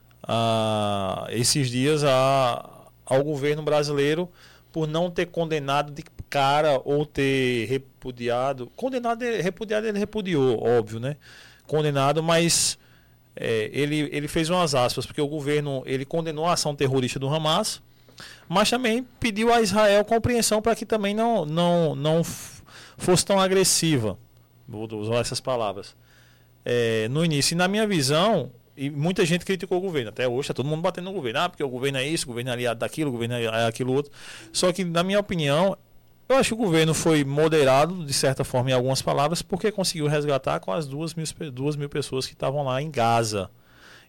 [SPEAKER 2] esses dias ao governo brasileiro por não ter condenado de cara ou ter repudiado. Repudiado ele repudiou, óbvio, né? Condenado, mas ele fez umas aspas, porque o governo ele condenou a ação terrorista do Hamas, mas também pediu a Israel compreensão para que também não fosse tão agressiva. Vou usar essas palavras. No início, e na minha visão, e muita gente criticou o governo, até hoje está todo mundo batendo no governo, porque o governo é isso, o governo é aliado daquilo, o governo é aquilo outro. Só que, na minha opinião, eu acho que o governo foi moderado, de certa forma, em algumas palavras, porque conseguiu resgatar com as 2 mil pessoas que estavam lá em Gaza.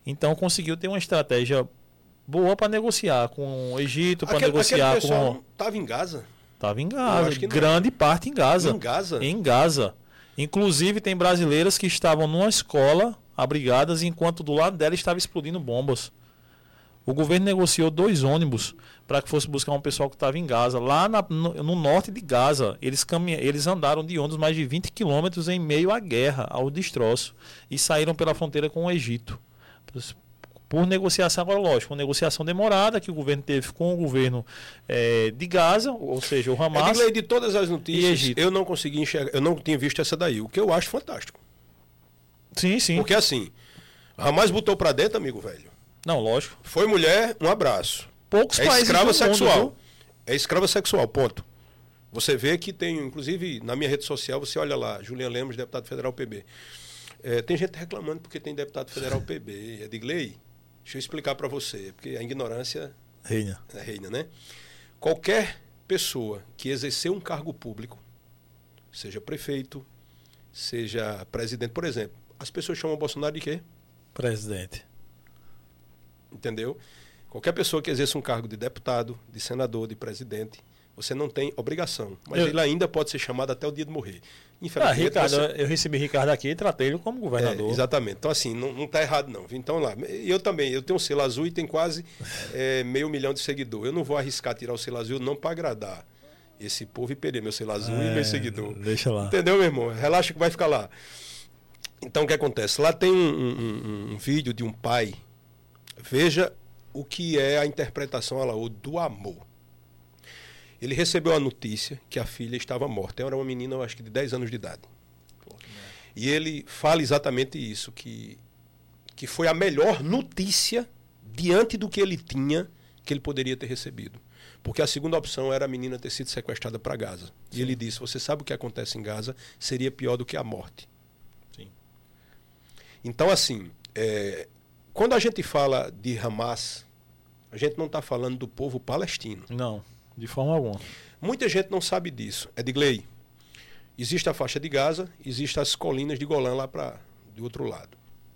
[SPEAKER 2] Então conseguiu ter uma estratégia boa para negociar com o Egito, para negociar
[SPEAKER 1] aquele pessoal
[SPEAKER 2] com...
[SPEAKER 1] Estava em Gaza?
[SPEAKER 2] Estava em Gaza, grande parte em Gaza.
[SPEAKER 1] Em Gaza?
[SPEAKER 2] Em Gaza. Inclusive tem brasileiras que estavam numa escola abrigadas enquanto do lado dela estava explodindo bombas. O governo negociou 2 ônibus para que fosse buscar um pessoal que estava em Gaza. Lá no norte de Gaza, eles andaram de ônibus mais de 20 quilômetros em meio à guerra, ao destroço, e saíram pela fronteira com o Egito. Por negociação, agora lógico, uma negociação demorada que o governo teve com o governo de Gaza, ou seja, o Hamas.
[SPEAKER 1] De todas as notícias, eu não consegui enxergar, eu não tinha visto essa daí, o que eu acho fantástico.
[SPEAKER 2] Sim, sim.
[SPEAKER 1] Porque assim, o Hamas botou para dentro, amigo velho.
[SPEAKER 2] Não, lógico.
[SPEAKER 1] Foi mulher, um abraço.
[SPEAKER 2] Poucos países
[SPEAKER 1] escrava
[SPEAKER 2] do
[SPEAKER 1] sexual.
[SPEAKER 2] Mundo,
[SPEAKER 1] é escrava sexual, ponto. Você vê que tem, inclusive, na minha rede social, você olha lá, Julian Lemos, deputado federal PB. Tem gente reclamando porque tem deputado federal PB. Edgley, deixa eu explicar para você, porque a ignorância
[SPEAKER 2] reina,
[SPEAKER 1] né? Qualquer pessoa que exerceu um cargo público, seja prefeito, seja presidente, por exemplo, as pessoas chamam o Bolsonaro de quê?
[SPEAKER 2] Presidente.
[SPEAKER 1] Entendeu? Qualquer pessoa que exerça um cargo de deputado, de senador, de presidente, você não tem obrigação. Mas ele ainda pode ser chamado até o dia de morrer. Infelizmente,
[SPEAKER 2] Ricardo, eu recebi Ricardo aqui e tratei ele como governador.
[SPEAKER 1] Exatamente. Então, assim, não está errado, não. Então, lá. Eu também. Eu tenho um selo azul e tem quase 500 mil de seguidores. Eu não vou arriscar tirar o selo azul não para agradar esse povo e perder meu selo azul e meu seguidor.
[SPEAKER 2] Deixa lá.
[SPEAKER 1] Entendeu, meu irmão? Relaxa que vai ficar lá. Então, o que acontece? Lá tem um vídeo de um pai. Veja o que é a interpretação Alaô do amor. Ele recebeu a notícia que a filha estava morta. Era uma menina, eu acho que de 10 anos de idade. E ele fala exatamente isso, que foi a melhor notícia diante do que ele tinha, que ele poderia ter recebido. Porque a segunda opção era a menina ter sido sequestrada para Gaza. Sim. E ele disse, você sabe o que acontece em Gaza? Seria pior do que a morte.
[SPEAKER 2] Sim.
[SPEAKER 1] Então, assim, quando a gente fala de Hamas, a gente não está falando do povo palestino.
[SPEAKER 2] Não, de forma alguma.
[SPEAKER 1] Muita gente não sabe disso. Edgley, existe a faixa de Gaza, existem as colinas de Golã lá do outro lado.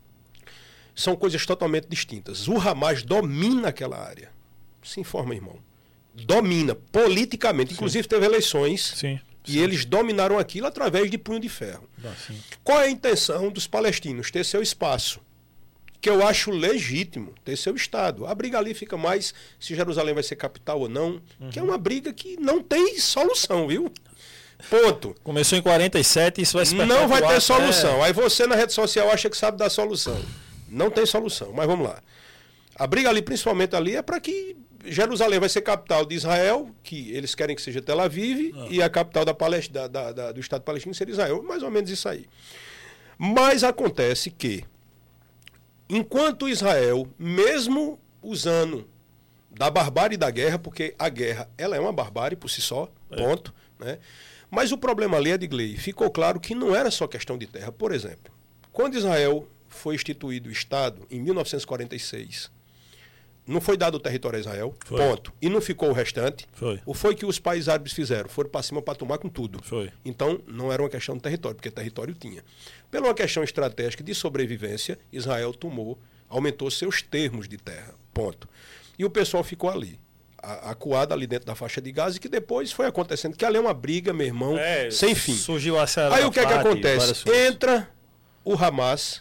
[SPEAKER 1] São coisas totalmente distintas. O Hamas domina aquela área. Se informa, irmão. Domina politicamente. Sim. Inclusive teve eleições.
[SPEAKER 2] Sim.
[SPEAKER 1] E eles dominaram aquilo através de punho de ferro.
[SPEAKER 2] Sim.
[SPEAKER 1] Qual é a intenção dos palestinos? Ter seu espaço. Que eu acho legítimo, ter seu Estado. A briga ali fica mais se Jerusalém vai ser capital ou não, que é uma briga que não tem solução, viu? Ponto.
[SPEAKER 2] Começou em 47 e isso vai se perpetuar.
[SPEAKER 1] Não vai ter solução. Aí você na rede social acha que sabe dar solução. Não tem solução, mas vamos lá. A briga ali, principalmente ali, é para que Jerusalém vai ser capital de Israel, que eles querem que seja Tel Aviv, e a capital do Estado palestino seria Israel. Mais ou menos isso aí. Mas acontece que enquanto Israel, mesmo usando da barbárie da guerra, porque a guerra ela é uma barbárie por si só, ponto, né? Mas o problema ali, Edgley, ficou claro que não era só questão de terra. Por exemplo, quando Israel foi instituído o Estado, em 1946, não foi dado o território a Israel, ponto. E não ficou o restante. O foi que os países árabes fizeram? Foram para cima para tomar com tudo. Então, não era uma questão de território, porque território tinha. Pela uma questão estratégica de sobrevivência, Israel aumentou seus termos de terra, ponto. E o pessoal ficou ali, acuado ali dentro da faixa de Gaza, e que depois foi acontecendo, que ali é uma briga, meu irmão, sem fim.
[SPEAKER 2] Surgiu a
[SPEAKER 1] Aí o que é que acontece? Entra o Hamas,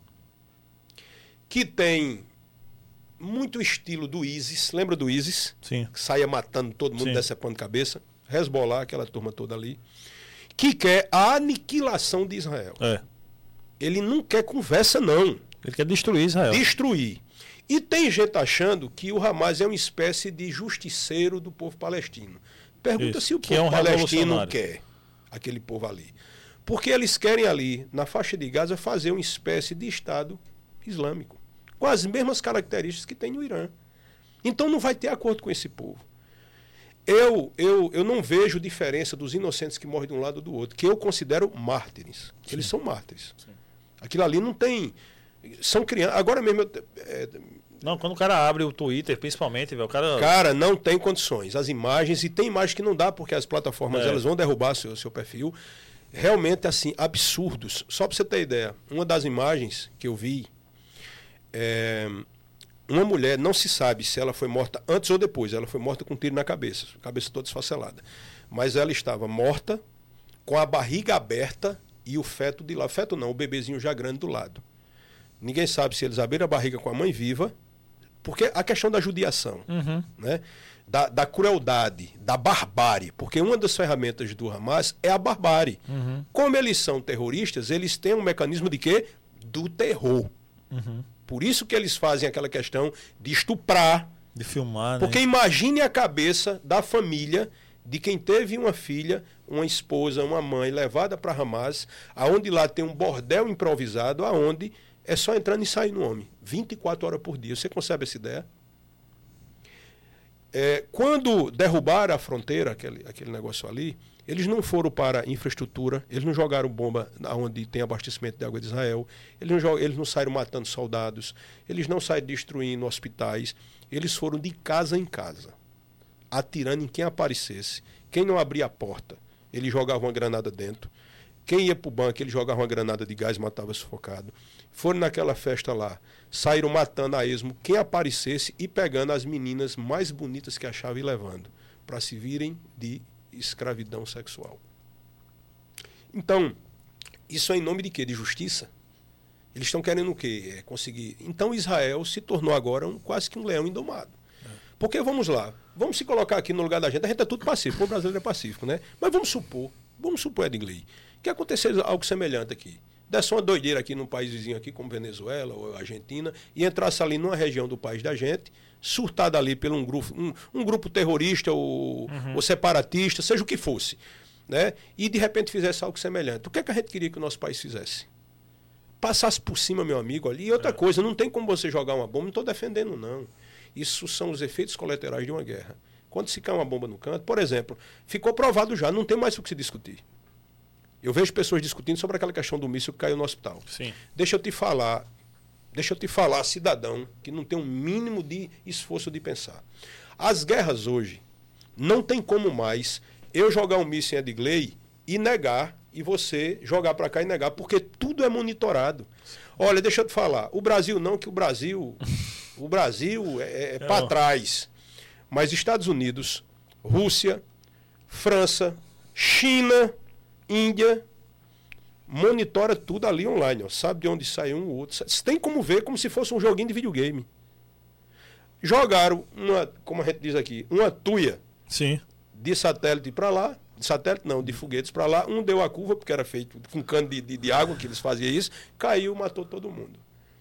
[SPEAKER 1] que tem muito estilo do ISIS, lembra do ISIS?
[SPEAKER 2] Sim.
[SPEAKER 1] Que saia matando todo mundo, decepando cabeça. Hezbollah, aquela turma toda ali. Que quer a aniquilação de Israel. Ele não quer conversa, não.
[SPEAKER 2] Ele quer destruir Israel.
[SPEAKER 1] Destruir. E tem gente achando que o Hamas é uma espécie de justiceiro do povo palestino. Pergunta se o povo palestino quer aquele povo ali. Porque eles querem ali, na faixa de Gaza, fazer uma espécie de Estado islâmico, com as mesmas características que tem no Irã. Então não vai ter acordo com esse povo. Eu não vejo diferença dos inocentes que morrem de um lado ou do outro, que eu considero mártires. Sim. Eles são mártires. Sim. Aquilo ali não tem... São crianças... Agora mesmo...
[SPEAKER 2] Não, quando o cara abre o Twitter, principalmente, o cara...
[SPEAKER 1] Cara, não tem condições. As imagens... E tem imagens que não dá, porque as plataformas elas vão derrubar seu perfil. Realmente, assim, absurdos. Só para você ter ideia, uma das imagens que eu vi uma mulher, não se sabe se ela foi morta antes ou depois, ela foi morta com um tiro na cabeça toda esfacelada. Mas ela estava morta, com a barriga aberta e o feto de lá. Feto não, o bebezinho já grande do lado. Ninguém sabe se eles abriram a barriga com a mãe viva, porque a questão da judiação, né? Da crueldade, da barbárie, porque uma das ferramentas do Hamas é a barbárie. Como eles são terroristas, eles têm um mecanismo de quê? Do terror. Por isso que eles fazem aquela questão de estuprar.
[SPEAKER 2] De filmar,
[SPEAKER 1] porque imagine a cabeça da família de quem teve uma filha, uma esposa, uma mãe levada para Hamas, aonde lá tem um bordel improvisado, aonde é só entrando e sair no homem, 24 horas por dia. Você concebe essa ideia? Quando derrubaram a fronteira, aquele negócio ali, eles não foram para infraestrutura, eles não jogaram bomba onde tem abastecimento de água de Israel, eles não saíram matando soldados, eles não saíram destruindo hospitais, eles foram de casa em casa, atirando em quem aparecesse. Quem não abria a porta, eles jogavam uma granada dentro. Quem ia para o banco, eles jogavam uma granada de gás e matava sufocado. Foram naquela festa lá, saíram matando a esmo quem aparecesse e pegando as meninas mais bonitas que achavam e levando, para se virem de escravidão sexual. Então, isso é em nome de quê? De justiça? Eles estão querendo o quê? Conseguir. Então Israel se tornou agora quase que um leão indomado. Porque, vamos lá, vamos se colocar aqui no lugar da gente é tudo pacífico, o brasileiro é pacífico, né? Mas vamos supor, Edgley, que acontecesse algo semelhante aqui. Desse uma doideira aqui num país vizinho aqui, como Venezuela ou Argentina, e entrasse ali numa região do país da gente, surtada ali por um grupo terrorista ou separatista, seja o que fosse, né? E de repente fizesse algo semelhante. O que é que a gente queria que o nosso país fizesse? Passasse por cima, meu amigo, ali. E outra coisa, não tem como você jogar uma bomba, não estou defendendo, não. Isso são os efeitos colaterais de uma guerra. Quando se cai uma bomba no canto, por exemplo, ficou provado já, não tem mais o que se discutir. Eu vejo pessoas discutindo sobre aquela questão do míssil que caiu no hospital.
[SPEAKER 2] Sim.
[SPEAKER 1] Deixa eu te falar, cidadão, que não tem um mínimo de esforço de pensar. As guerras hoje, não tem como mais eu jogar um míssil em Edgley e negar, e você jogar para cá e negar, porque tudo é monitorado. Olha, deixa eu te falar, o Brasil não, que o Brasil é para trás. Mas Estados Unidos, Rússia, França, China, Índia, monitora tudo ali online, ó. Sabe de onde sai um ou outro. Você tem como ver como se fosse um joguinho de videogame. Jogaram, como a gente diz aqui, uma tuia.
[SPEAKER 2] Sim.
[SPEAKER 1] De satélite para lá, de foguetes para lá. Um deu a curva, porque era feito com cano de água, que eles faziam isso, caiu, matou todo mundo.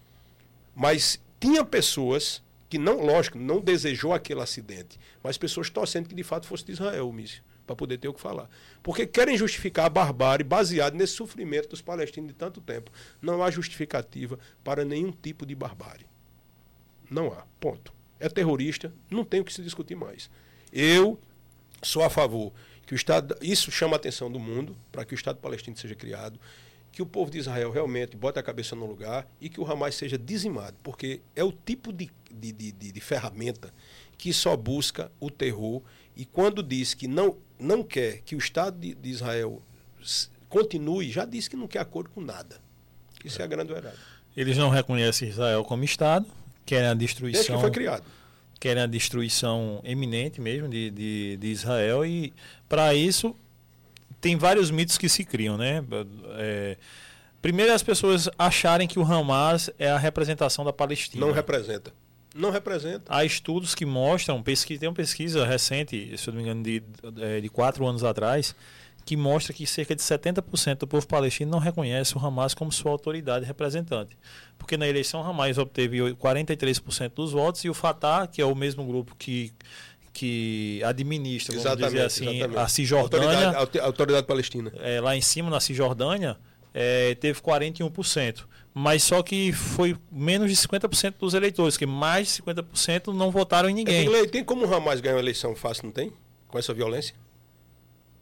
[SPEAKER 1] Mas tinha pessoas que não desejou aquele acidente, mas pessoas torcendo que de fato fosse de Israel o míssil, para poder ter o que falar. Porque querem justificar a barbárie baseado nesse sofrimento dos palestinos de tanto tempo. Não há justificativa para nenhum tipo de barbárie. Não há. Ponto. É terrorista, não tem o que se discutir mais. Eu sou a favor que o Estado... Isso chama a atenção do mundo, para que o Estado palestino seja criado, que o povo de Israel realmente bote a cabeça no lugar e que o Hamas seja dizimado, porque é o tipo de ferramenta que só busca o terror, e quando diz que não quer que o Estado de Israel continue, já disse que não quer acordo com nada. Isso é a grande verdade.
[SPEAKER 2] Eles não reconhecem Israel como Estado, querem a destruição...
[SPEAKER 1] Desde que foi criado.
[SPEAKER 2] Querem a destruição eminente mesmo de Israel, e para isso... Tem vários mitos que se criam, né? Primeiro, as pessoas acharem que o Hamas é a representação da Palestina.
[SPEAKER 1] Não representa. Não representa.
[SPEAKER 2] Há estudos que mostram, tem uma pesquisa recente, se eu não me engano, de 4 anos atrás, que mostra que cerca de 70% do povo palestino não reconhece o Hamas como sua autoridade representante. Porque na eleição o Hamas obteve 43% dos votos e o Fatah, que é o mesmo grupo que administra, vamos dizer assim, a Cisjordânia,
[SPEAKER 1] a autoridade palestina.
[SPEAKER 2] Lá em cima, na Cisjordânia, teve 41%. Mas só que foi menos de 50% dos eleitores, que mais de 50% não votaram em ninguém.
[SPEAKER 1] Tem como o Hamas ganhar uma eleição fácil, não tem? Com essa violência?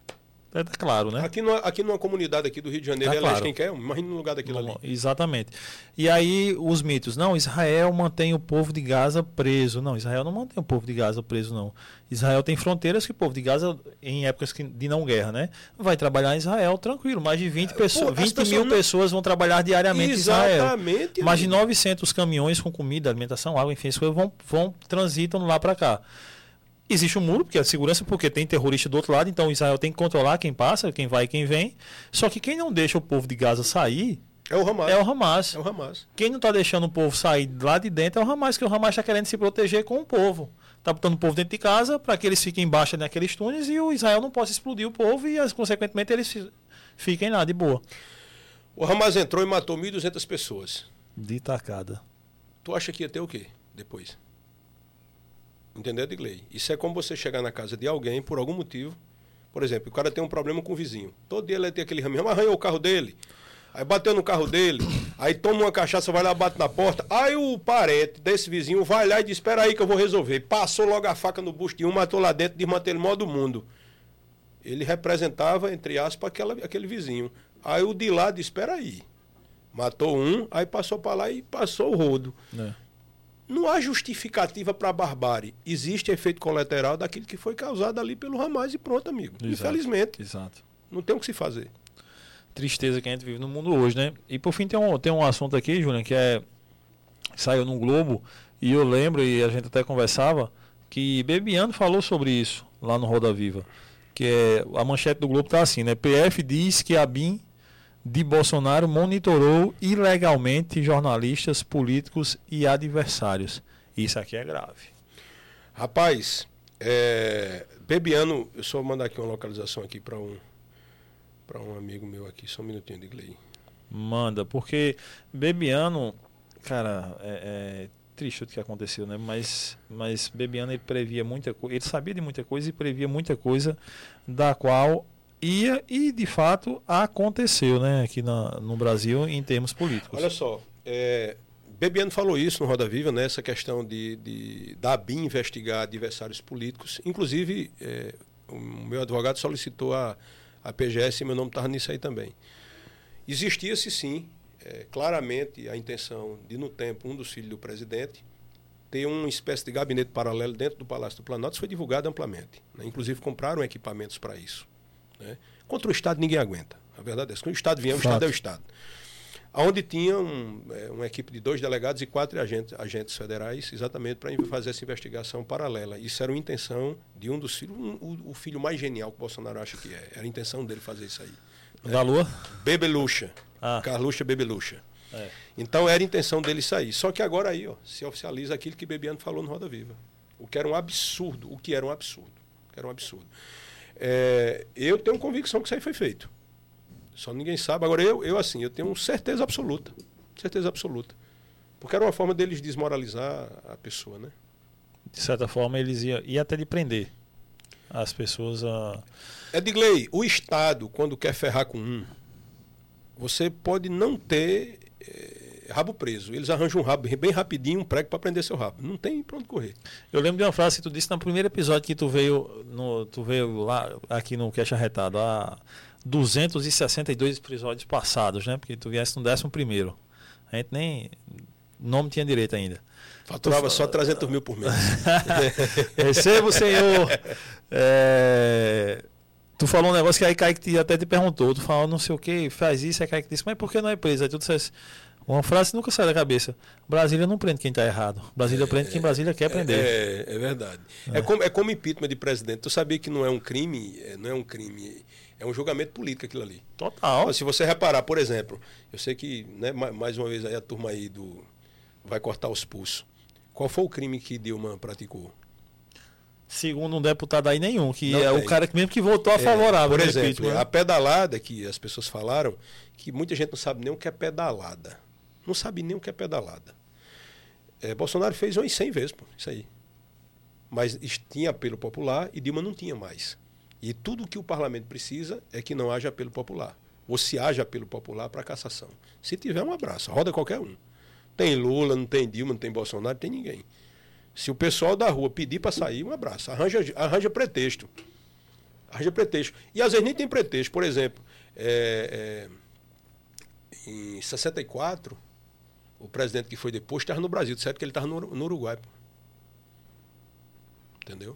[SPEAKER 3] É claro, né?
[SPEAKER 1] Aqui numa comunidade aqui do Rio de Janeiro, elege
[SPEAKER 3] claro.
[SPEAKER 1] quem quer, imagina no lugar daquilo ali.
[SPEAKER 3] Exatamente. E aí os mitos, não, Israel mantém o povo de Gaza preso. Não, Israel não mantém o povo de Gaza preso, não. Israel tem fronteiras que o povo de Gaza, em épocas de não guerra, né? Vai trabalhar em Israel tranquilo. Mais de 20 mil pessoas vão trabalhar diariamente em Israel.
[SPEAKER 1] Exatamente.
[SPEAKER 3] Mais de 900 caminhões com comida, alimentação, água, enfim, as coisas transitam lá para cá. Existe um muro, porque é a segurança, porque tem terrorista do outro lado, então Israel tem que controlar quem passa, quem vai e quem vem. Só que quem não deixa o povo de Gaza sair
[SPEAKER 1] é o Hamas.
[SPEAKER 3] É o Hamas. Quem não está deixando o povo sair lá de dentro é o Hamas, que o Hamas está querendo se proteger com o povo. Está botando o povo dentro de casa para que eles fiquem embaixo naqueles túneis e o Israel não possa explodir o povo e, consequentemente, eles fiquem lá de boa.
[SPEAKER 1] O Hamas entrou e matou 1.200 pessoas.
[SPEAKER 3] De tacada.
[SPEAKER 1] Tu acha que ia ter o quê depois? Entendeu, Edgley? Isso é como você chegar na casa de alguém por algum motivo. Por exemplo, o cara tem um problema com o vizinho. Todo dia ele vai ter aquele raminho, arranhou o carro dele. Aí bateu no carro dele. Aí toma uma cachaça, vai lá, bate na porta. Aí o parente desse vizinho vai lá e diz, espera aí que eu vou resolver. Passou logo a faca no busto de um, matou lá dentro, desmantelou o maior do mundo. Ele representava, entre aspas, aquele vizinho. Aí o de lá disse, espera aí. Matou um, aí passou para lá e passou o rodo. Não há justificativa para a barbárie. Existe efeito colateral daquilo que foi causado ali pelo Hamas e pronto, amigo. Exato. Infelizmente.
[SPEAKER 3] Exato.
[SPEAKER 1] Não tem o que se fazer.
[SPEAKER 3] Tristeza que a gente vive no mundo hoje, né? E por fim tem um assunto aqui, Julian, que saiu no Globo, e eu lembro, e a gente até conversava, que Bebiano falou sobre isso lá no Roda Viva. Que a manchete do Globo tá assim, né? PF diz que a BIM de Bolsonaro monitorou ilegalmente jornalistas, políticos e adversários. Isso aqui é grave.
[SPEAKER 1] Rapaz, Bebiano, eu só vou mandar aqui uma localização aqui para um amigo meu aqui, só um minutinho de Glei.
[SPEAKER 3] Manda, porque Bebiano, cara, é triste o que aconteceu, né? Mas Bebiano, ele previa muita coisa, ele sabia de muita coisa e previa muita coisa da qual ia e de fato aconteceu, né, aqui no Brasil em termos políticos.
[SPEAKER 1] Olha só, Bebiano falou isso no Roda Viva, né, essa questão da ABIN investigar adversários políticos. Inclusive, o meu advogado solicitou a PGS e meu nome estava nisso aí também. Existia-se sim, claramente, a intenção de, no tempo, um dos filhos do presidente ter uma espécie de gabinete paralelo dentro do Palácio do Planalto. Isso foi divulgado amplamente, né? Inclusive compraram equipamentos para isso. Né? Contra o Estado ninguém aguenta. A verdade é que quando o Estado vier, o Estado é o Estado. Onde tinha uma equipe de 2 delegados e 4 agentes federais, exatamente para fazer essa investigação paralela. Isso era uma intenção de um dos filhos, o filho mais genial que o Bolsonaro acha que é. Era a intenção dele fazer isso aí.
[SPEAKER 3] Da Lua?
[SPEAKER 1] Bebelucha. Carluxa Bebelucha. Então era a intenção dele sair. Só que agora aí, se oficializa aquilo que Bebiano falou no Roda Viva. O que era um absurdo. Eu tenho convicção que isso aí foi feito. Só ninguém sabe. Agora eu tenho certeza absoluta. Porque era uma forma deles desmoralizar a pessoa, né?
[SPEAKER 3] De certa forma, eles iam até de prender as pessoas a...
[SPEAKER 1] Edgley, o Estado, quando quer ferrar com você pode não ter rabo preso. Eles arranjam um rabo bem rapidinho, um prego para prender seu rabo. Não tem pra onde correr.
[SPEAKER 3] Eu lembro de uma frase que tu disse no primeiro episódio que tu veio lá aqui no Queixa Arretado, há 262 episódios passados, né? Porque tu viesse no 11º. A gente nem nome tinha direito ainda.
[SPEAKER 1] Faturava só 300 mil por mês.
[SPEAKER 3] Recebo, senhor. Tu falou um negócio que aí Kaique até te perguntou. Tu falou não sei o que, faz isso, aí Kaique disse, mas por que não é preso? Aí tu dissesse, uma frase que nunca sai da cabeça. Brasília não prende quem está errado. Brasília prende quem Brasília quer prender.
[SPEAKER 1] É verdade. É como impeachment de presidente. Tu sabia que não é um crime, é um julgamento político aquilo ali.
[SPEAKER 3] Total.
[SPEAKER 1] Então, se você reparar, por exemplo, eu sei que, né, mais uma vez aí a turma aí vai cortar os pulsos. Qual foi o crime que Dilma praticou?
[SPEAKER 3] Segundo um deputado aí, nenhum. Que
[SPEAKER 1] não
[SPEAKER 3] é
[SPEAKER 1] tem.
[SPEAKER 3] O cara que mesmo que votou a favorável.
[SPEAKER 1] Por exemplo, a pedalada que as pessoas falaram, que muita gente não sabe nem o que é pedalada. Não sabe nem o que é pedalada. Bolsonaro fez umas 100 vezes, isso aí. Mas tinha apelo popular e Dilma não tinha mais. E tudo que o parlamento precisa é que não haja apelo popular. Ou se haja apelo popular para cassação. Se tiver, um abraço. Roda qualquer um. Tem Lula, não tem Dilma, não tem Bolsonaro, não tem ninguém. Se o pessoal da rua pedir para sair, um abraço. Arranja pretexto. Arranja pretexto. E às vezes nem tem pretexto. Por exemplo, em 64, o presidente que foi depois estava no Brasil, certo que ele estava no Uruguai. Pô. Entendeu?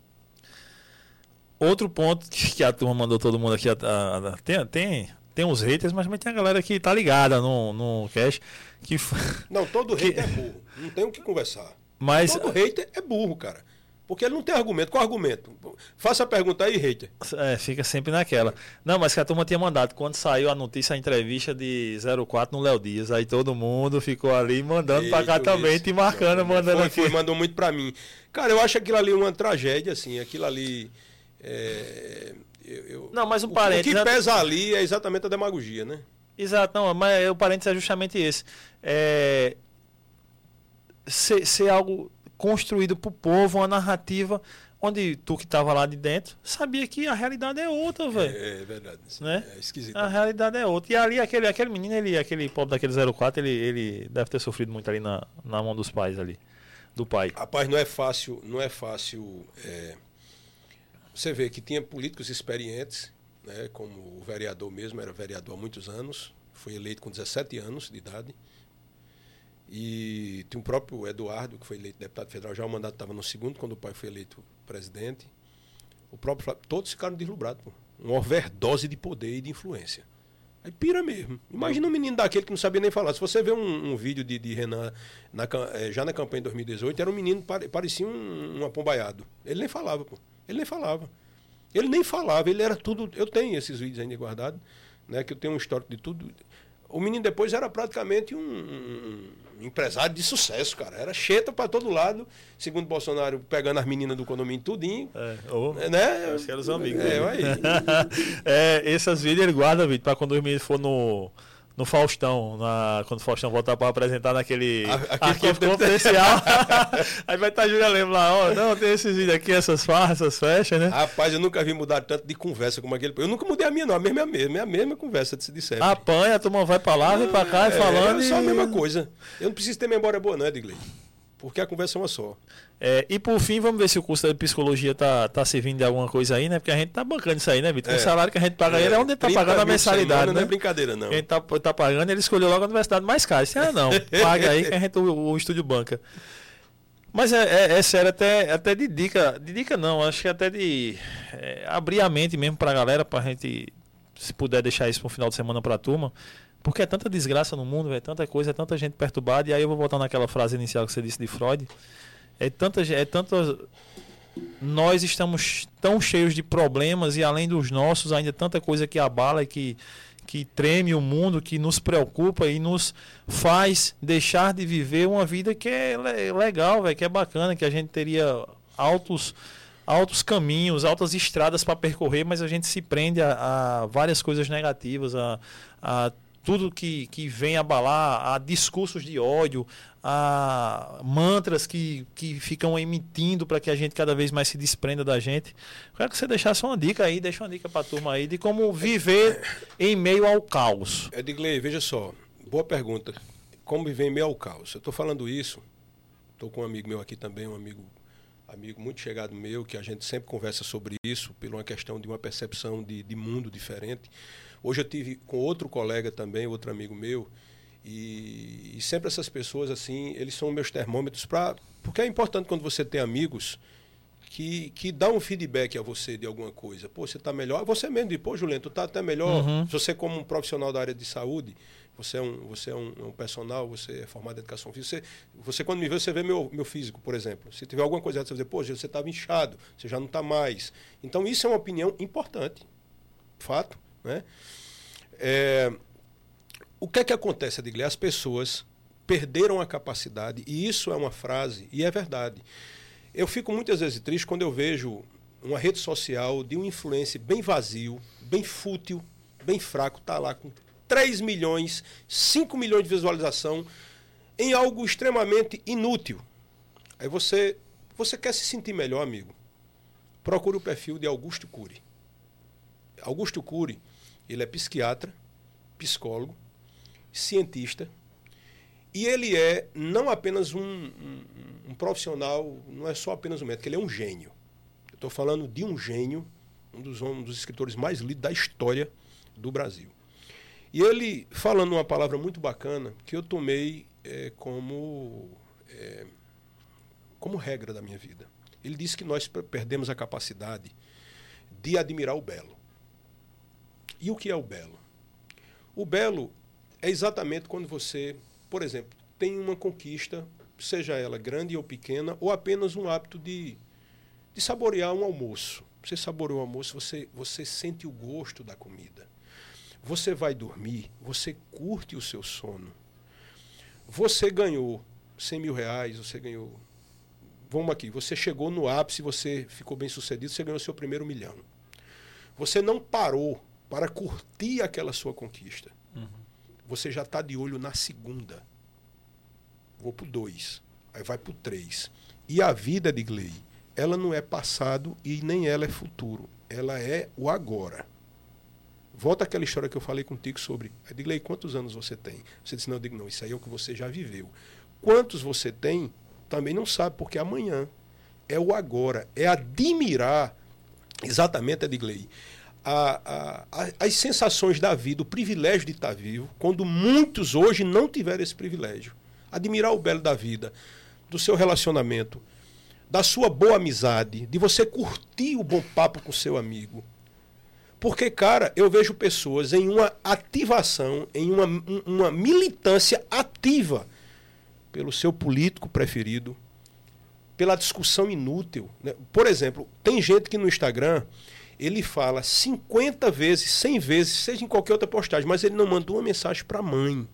[SPEAKER 3] Outro ponto que a turma mandou todo mundo aqui. Tem uns haters, mas também tem a galera que tá ligada no cash.
[SPEAKER 1] Não, todo hater é burro. Não tem o que conversar.
[SPEAKER 3] Mas...
[SPEAKER 1] Todo hater é burro, cara. Porque ele não tem argumento. Qual argumento? Faça a pergunta aí, hater.
[SPEAKER 3] Fica sempre naquela. Não, mas que a turma tinha mandado. Quando saiu a notícia, a entrevista de 04 no Léo Dias, aí todo mundo ficou ali mandando pra cá também, te marcando, mandando aqui.
[SPEAKER 1] Mandou muito pra mim. Cara, eu acho aquilo ali uma tragédia, assim. Aquilo ali...
[SPEAKER 3] Não, mas um parênteses...
[SPEAKER 1] O que pesa ali é exatamente a demagogia, né?
[SPEAKER 3] Exato, não, mas o parênteses é justamente esse. Ser algo construído pro povo, uma narrativa onde tu que estava lá de dentro sabia que a realidade é outra, velho.
[SPEAKER 1] É verdade.
[SPEAKER 3] Né?
[SPEAKER 1] É esquisito.
[SPEAKER 3] A realidade é outra. E ali aquele menino, aquele pobre daquele 04, ele deve ter sofrido muito ali na mão dos pais ali. Do pai.
[SPEAKER 1] Rapaz, não é fácil. Você vê que tinha políticos experientes, né, como o vereador mesmo, era vereador há muitos anos, foi eleito com 17 anos de idade. E tinha o próprio Eduardo, que foi eleito deputado federal, já o mandato estava no segundo, quando o pai foi eleito presidente. O próprio Flávio, todos ficaram deslumbrados, pô. Uma overdose de poder e de influência. Aí pira mesmo. Imagina um menino daquele que não sabia nem falar. Se você vê um vídeo de Renan, já na campanha de 2018, era um menino, parecia um apombaiado. Ele nem falava, pô. Ele nem falava, ele era tudo... Eu tenho esses vídeos ainda guardados, né, que eu tenho um histórico de tudo. O menino depois era praticamente um empresário de sucesso, cara. Era cheta para todo lado, segundo Bolsonaro, pegando as meninas do condomínio tudinho. Né?
[SPEAKER 3] Acho que eram os amigos.
[SPEAKER 1] Aí.
[SPEAKER 3] Esses vídeos ele guarda, Vitor, para quando o menino for no Faustão, quando o Faustão voltar para apresentar naquele arquivo confidencial. Aí vai estar a Júlia Lemos lá, não, tem esses vídeos aqui, essas farras, essas festas, né?
[SPEAKER 1] Rapaz, eu nunca vi mudar tanto de conversa como aquele. Eu nunca mudei a minha, não. A mesma conversa de sempre.
[SPEAKER 3] Apanha, a turma vai para lá, vem para cá, falando.
[SPEAKER 1] É só a mesma coisa. Eu não preciso ter memória boa, não, Edgley. Porque a conversa é uma só.
[SPEAKER 3] E por fim, vamos ver se o curso de psicologia tá servindo de alguma coisa aí, né? Porque a gente tá bancando isso aí, né, Vitor? O salário que a gente paga ele é onde tá pagando a mensalidade, né?
[SPEAKER 1] Não é brincadeira, não.
[SPEAKER 3] A gente tá pagando, ele escolheu logo a universidade mais cara. Isso não. Paga aí que a gente o estúdio banca. Mas é sério, até de dica. De dica não, acho que até de abrir a mente mesmo pra galera, pra gente, se puder deixar isso pro final de semana pra turma. Porque é tanta desgraça no mundo, é tanta coisa, é tanta gente perturbada. E aí eu vou voltar naquela frase inicial que você disse de Freud. Nós estamos tão cheios de problemas e além dos nossos, ainda tanta coisa que abala e que treme o mundo, que nos preocupa e nos faz deixar de viver uma vida que é legal, véio, que é bacana, que a gente teria altos caminhos, altas estradas para percorrer, mas a gente se prende a várias coisas negativas, a tudo que vem abalar, a discursos de ódio, a mantras que ficam emitindo para que a gente cada vez mais se desprenda da gente. Eu quero que você deixasse uma dica aí, deixa uma dica para a turma aí de como viver em meio ao caos.
[SPEAKER 1] Edgley, veja só, boa pergunta. Como viver em meio ao caos? Eu estou falando isso, estou com um amigo meu aqui também, um amigo muito chegado meu, que a gente sempre conversa sobre isso, por uma questão de uma percepção de mundo diferente. Hoje eu tive com outro colega também, outro amigo meu, e sempre essas pessoas, assim, eles são meus termômetros porque é importante quando você tem amigos que dão um feedback a você de alguma coisa. Pô, você está melhor. Você mesmo diz, pô, Juliano, tu está até melhor. Se você como um profissional da área de saúde, você é um personal, você é formado em educação física, você quando me vê, você vê meu físico, por exemplo. Se tiver alguma coisa errada, você vai dizer, pô, você estava inchado, você já não está mais. Então isso é uma opinião importante, fato, né? O que é que acontece, Edgley? As pessoas perderam a capacidade, e isso é uma frase, e é verdade. Eu fico muitas vezes triste quando eu vejo uma rede social de um influencer bem vazio, bem fútil, bem fraco, tá lá com 3 milhões, 5 milhões de visualização em algo extremamente inútil. Aí você quer se sentir melhor, amigo? Procure o perfil de Augusto Cury. Augusto Cury, ele é psiquiatra, psicólogo, cientista, e ele é não apenas um profissional, não é só apenas um médico, ele é um gênio. Eu estou falando de um gênio, um dos escritores mais lidos da história do Brasil. E ele, falando uma palavra muito bacana, que eu tomei como regra da minha vida. Ele disse que nós perdemos a capacidade de admirar o belo. E o que é o belo? O belo é exatamente quando você, por exemplo, tem uma conquista, seja ela grande ou pequena, ou apenas um hábito de saborear um almoço. Você saboreou o almoço, você sente o gosto da comida. Você vai dormir, você curte o seu sono. Você ganhou 100 mil reais, você ganhou... Vamos aqui, você chegou no ápice, você ficou bem sucedido, você ganhou seu primeiro 1 milhão. Você não parou para curtir aquela sua conquista. Você já está de olho na segunda. Vou para o 2, aí vai para o 3. E a vida, Edgley, ela não é passado e nem ela é futuro. Ela é o agora. Volta àquela história que eu falei contigo sobre, Edgley, quantos anos você tem? Você disse, não, eu digo, não, isso aí é o que você já viveu. Quantos você tem, também não sabe, porque amanhã é o agora. É admirar, exatamente, Edgley, as sensações da vida, o privilégio de estar vivo, quando muitos hoje não tiveram esse privilégio. Admirar o belo da vida, do seu relacionamento, da sua boa amizade, de você curtir o bom papo com seu amigo. Porque, cara, eu vejo pessoas em uma ativação, em uma militância ativa pelo seu político preferido, pela discussão inútil, né? Por exemplo, tem gente que no Instagram... ele fala 50 vezes, 100 vezes, seja em qualquer outra postagem, mas ele não manda uma mensagem para a mãe.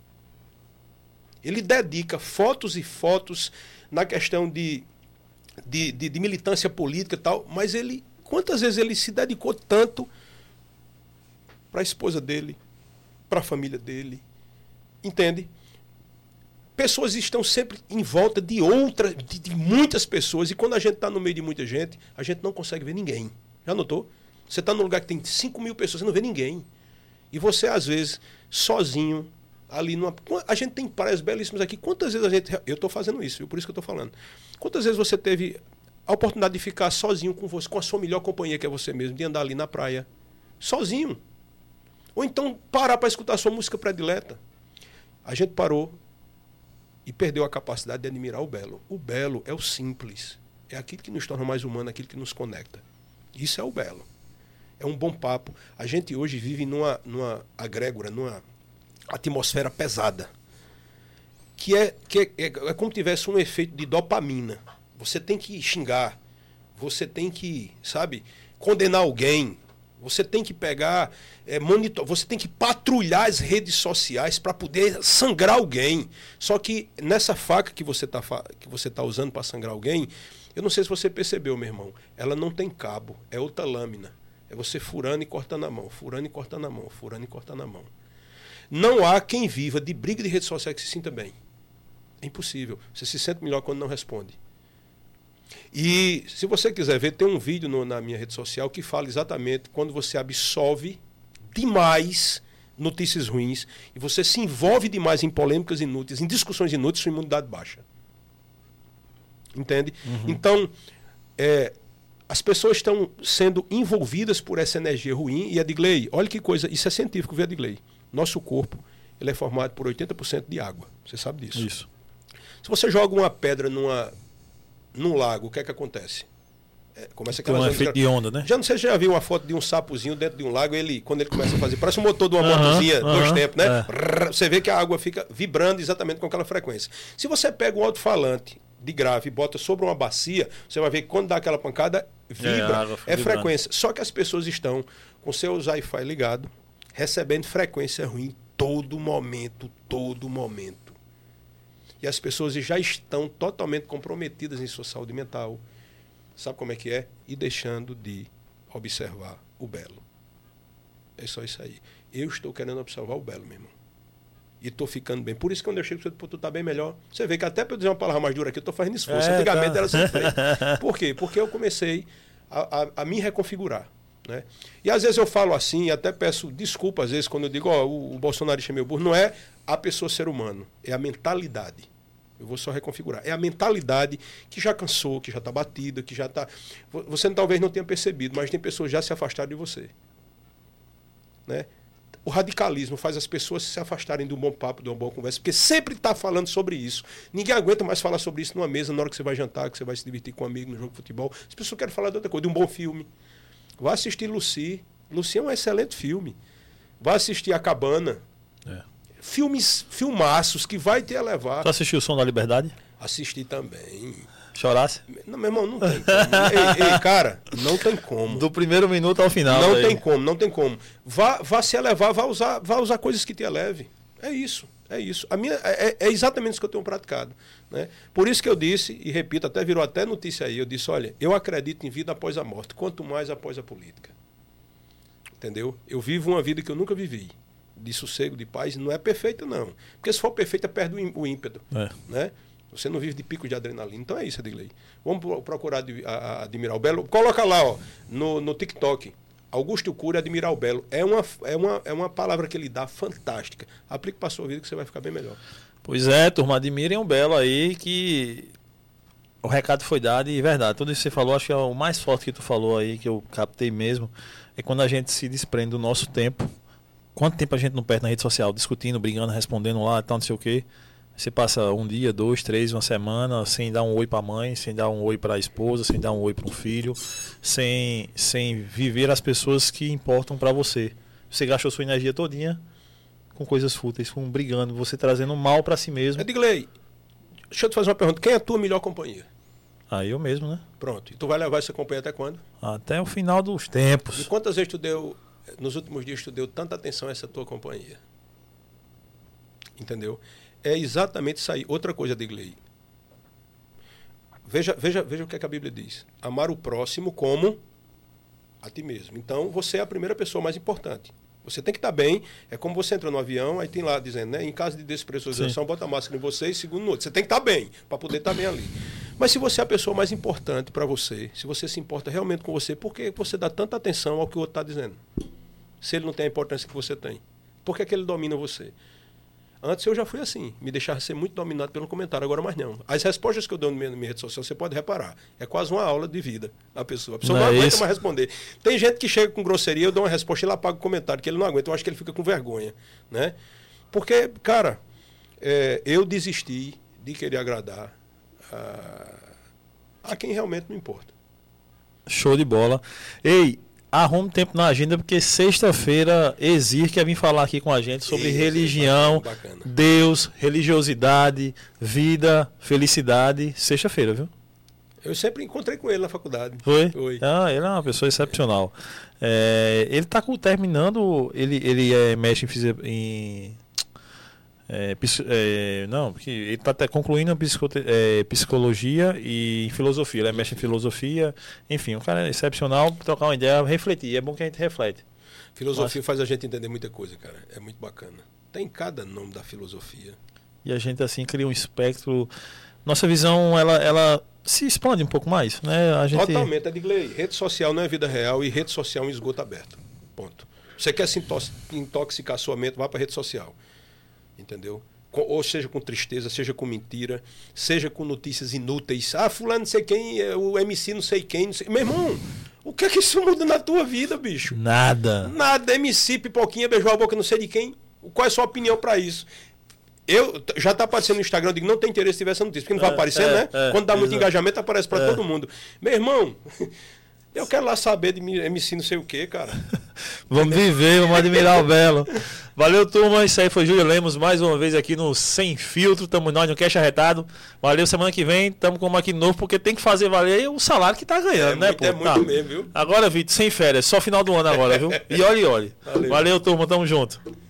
[SPEAKER 1] Ele dedica fotos e fotos na questão de militância política e tal, mas ele, quantas vezes ele se dedicou tanto para a esposa dele, para a família dele, entende? Pessoas estão sempre em volta de muitas pessoas, e quando a gente está no meio de muita gente, a gente não consegue ver ninguém. Já notou? Você está num lugar que tem 5 mil pessoas, você não vê ninguém. E você, às vezes, sozinho, ali numa... A gente tem praias belíssimas aqui. Quantas vezes a gente... Eu estou fazendo isso, por isso que eu estou falando. Quantas vezes você teve a oportunidade de ficar sozinho com você, com a sua melhor companhia, que é você mesmo, de andar ali na praia, sozinho? Ou então parar para escutar a sua música predileta. A gente parou e perdeu a capacidade de admirar o belo. O belo é o simples. É aquilo que nos torna mais humanos, aquilo que nos conecta. Isso é o belo. É um bom papo. A gente hoje vive numa agrégora, numa atmosfera pesada. Que é como tivesse um efeito de dopamina. Você tem que xingar. Você tem que, sabe, condenar alguém. Você tem que pegar, você tem que patrulhar as redes sociais para poder sangrar alguém. Só que nessa faca que você tá usando para sangrar alguém, eu não sei se você percebeu, meu irmão, ela não tem cabo, é outra lâmina. É você furando e cortando a mão, furando e cortando a mão, furando e cortando a mão. Não há quem viva de briga de rede social que se sinta bem. É impossível. Você se sente melhor quando não responde. E se você quiser ver, tem um vídeo na minha rede social que fala exatamente quando você absorve demais notícias ruins e você se envolve demais em polêmicas inúteis, em discussões inúteis, sua imunidade baixa. Entende? Então, as pessoas estão sendo envolvidas por essa energia ruim. E Edgley, olha que coisa, isso é científico, viu, Edgley? Nosso corpo, ele é formado por 80% de água. Você sabe disso?
[SPEAKER 2] Isso.
[SPEAKER 1] Se você joga uma pedra num lago, o que é que acontece? Começa
[SPEAKER 2] tem um efeito de onda, né?
[SPEAKER 1] Já não sei se você já viu uma foto de um sapozinho dentro de um lago, quando ele começa a fazer, parece um motor de uma motozinha, 2 tempos, né? Você vê que a água fica vibrando exatamente com aquela frequência. Se você pega um alto-falante de grave e bota sobre uma bacia, você vai ver que quando dá aquela pancada, vibra, é frequência. Só que as pessoas estão com seus Wi-Fi ligado, recebendo frequência ruim todo momento. E as pessoas já estão totalmente comprometidas em sua saúde mental. Sabe como é que é? E deixando de observar o belo. É só isso aí. Eu estou querendo observar o belo, meu irmão. E estou ficando bem. Por isso que quando eu chego, tu está bem melhor. Você vê que até para eu dizer uma palavra mais dura aqui, eu estou fazendo esforço. Antigamente era sempre. Por quê? Porque eu comecei a me reconfigurar. Né? E às vezes eu falo assim, e até peço desculpa, às vezes, quando eu digo, o bolsonarista é meu burro. Não é a pessoa ser humano, é a mentalidade. Eu vou só reconfigurar. É a mentalidade que já cansou, que já está batida, que já está... Você talvez não tenha percebido, mas tem pessoas que já se afastaram de você. Né? O radicalismo faz as pessoas se afastarem de um bom papo, de uma boa conversa, porque sempre está falando sobre isso. Ninguém aguenta mais falar sobre isso numa mesa, na hora que você vai jantar, que você vai se divertir com um amigo no jogo de futebol. As pessoas querem falar de outra coisa, de um bom filme. Vá assistir Lucy. Lucy é um excelente filme. Vá assistir A Cabana. Filmaços que vai te elevar.
[SPEAKER 3] Tu assistiu O Som da Liberdade?
[SPEAKER 1] Assisti também.
[SPEAKER 3] Chorasse?
[SPEAKER 1] Não, meu irmão, não tem como. Ei, cara, não tem como.
[SPEAKER 3] Do primeiro minuto ao final.
[SPEAKER 1] Não tem como, não tem como. Vá se elevar, vá usar coisas que te eleve. É isso. É exatamente isso que eu tenho praticado. Né? Por isso que eu disse, e repito, até virou até notícia aí, eu disse, olha, eu acredito em vida após a morte, quanto mais após a política. Entendeu? Eu vivo uma vida que eu nunca vivi. De sossego, de paz, não é perfeita, não. Porque se for perfeita, perde o ímpeto. Né? Você não vive de pico de adrenalina. Então é isso, Edgley. Vamos procurar admirar o Belo. Coloca lá, ó, no TikTok. Augusto Cury, admirar o Belo. É uma palavra que ele dá fantástica. Aplique para a sua vida que você vai ficar bem melhor.
[SPEAKER 3] Pois é, turma, admirem o Belo aí, que o recado foi dado e verdade. Tudo isso que você falou, acho que é o mais forte que tu falou aí, que eu captei mesmo, é quando a gente se desprende do nosso tempo. Quanto tempo a gente não perde na rede social, discutindo, brigando, respondendo lá, tal, não sei o quê. Você passa um dia, 2, 3, uma semana sem dar um oi para a mãe, sem dar um oi para a esposa, sem dar um oi para um filho, sem viver as pessoas que importam para você. Você gastou sua energia todinha com coisas fúteis, com brigando, você trazendo mal para si mesmo.
[SPEAKER 1] Edgley, deixa eu te fazer uma pergunta. Quem é a tua melhor companhia?
[SPEAKER 3] Eu mesmo, né?
[SPEAKER 1] Pronto. E tu vai levar essa companhia até quando?
[SPEAKER 3] Até o final dos tempos.
[SPEAKER 1] E quantas vezes nos últimos dias tu deu tanta atenção a essa tua companhia? Entendeu? É exatamente isso aí. Outra coisa, Edgley. Veja o que a Bíblia diz. Amar o próximo como a ti mesmo. Então, você é a primeira pessoa mais importante. Você tem que estar bem. É como você entra no avião, aí tem lá dizendo, né? Em caso de despressurização, bota a máscara em você e segundo no outro. Você tem que estar bem, para poder estar bem ali. Mas se você é a pessoa mais importante para você, se você se importa realmente com você, por que você dá tanta atenção ao que o outro está dizendo? Se ele não tem a importância que você tem. Por que ele domina você? Antes eu já fui assim, me deixava ser muito dominado pelo comentário, agora mais não. As respostas que eu dou na minha rede social, você pode reparar, é quase uma aula de vida a pessoa. A pessoa não aguenta mais responder. Tem gente que chega com grosseria, eu dou uma resposta e ele apaga o comentário, que ele não aguenta, eu acho que ele fica com vergonha. Né? Porque, cara, eu desisti de querer agradar a quem realmente me importa.
[SPEAKER 3] Show de bola. Ei, arrume tempo na agenda, porque sexta-feira Exir quer vir falar aqui com a gente sobre religião, bacana. Deus, religiosidade, vida, felicidade. Sexta-feira, viu?
[SPEAKER 1] Eu sempre encontrei com ele na faculdade.
[SPEAKER 3] Foi? Ele é uma pessoa excepcional. Ele está terminando, ele é mestre em porque ele está concluindo psicologia e filosofia. Ele é mestre em filosofia. Enfim, um cara excepcional, trocar uma ideia, refletir. É bom que a gente reflete.
[SPEAKER 1] Filosofia faz a gente entender muita coisa, cara. É muito bacana. Tem cada nome da filosofia.
[SPEAKER 3] E a gente, assim, cria um espectro. Nossa visão, ela se expande um pouco mais, né? A gente...
[SPEAKER 1] Totalmente, Edgley. Rede social não é vida real e rede social é um esgoto aberto. Ponto. Você quer se intoxicar sua mente, vá para a rede social. Entendeu? Ou seja com tristeza, seja com mentira, seja com notícias inúteis. Fulano não sei quem, o MC não sei quem, não sei... Meu irmão, o que é que isso muda na tua vida, bicho?
[SPEAKER 3] Nada.
[SPEAKER 1] MC, pipoquinha, beijou a boca não sei de quem. Qual é a sua opinião para isso? Já está aparecendo no Instagram, eu digo, não tem interesse se tiver essa notícia, porque não vai aparecer, né? Quando dá muito engajamento, aparece para todo mundo. Meu irmão... Eu quero lá saber de MC não sei o que, cara.
[SPEAKER 3] Vamos viver, vamos admirar o Belo. Valeu, turma. Isso aí foi Júlio Lemos, mais uma vez aqui no Sem Filtro. Tamo nós no Cash Arretado. Valeu, semana que vem. Tamo com uma aqui novo, porque tem que fazer valer aí o salário que tá ganhando, né, pô?
[SPEAKER 1] Muito mesmo, viu?
[SPEAKER 3] Agora, Vitor, sem férias. Só final do ano agora, viu? E olhe. Valeu, turma. Tamo junto.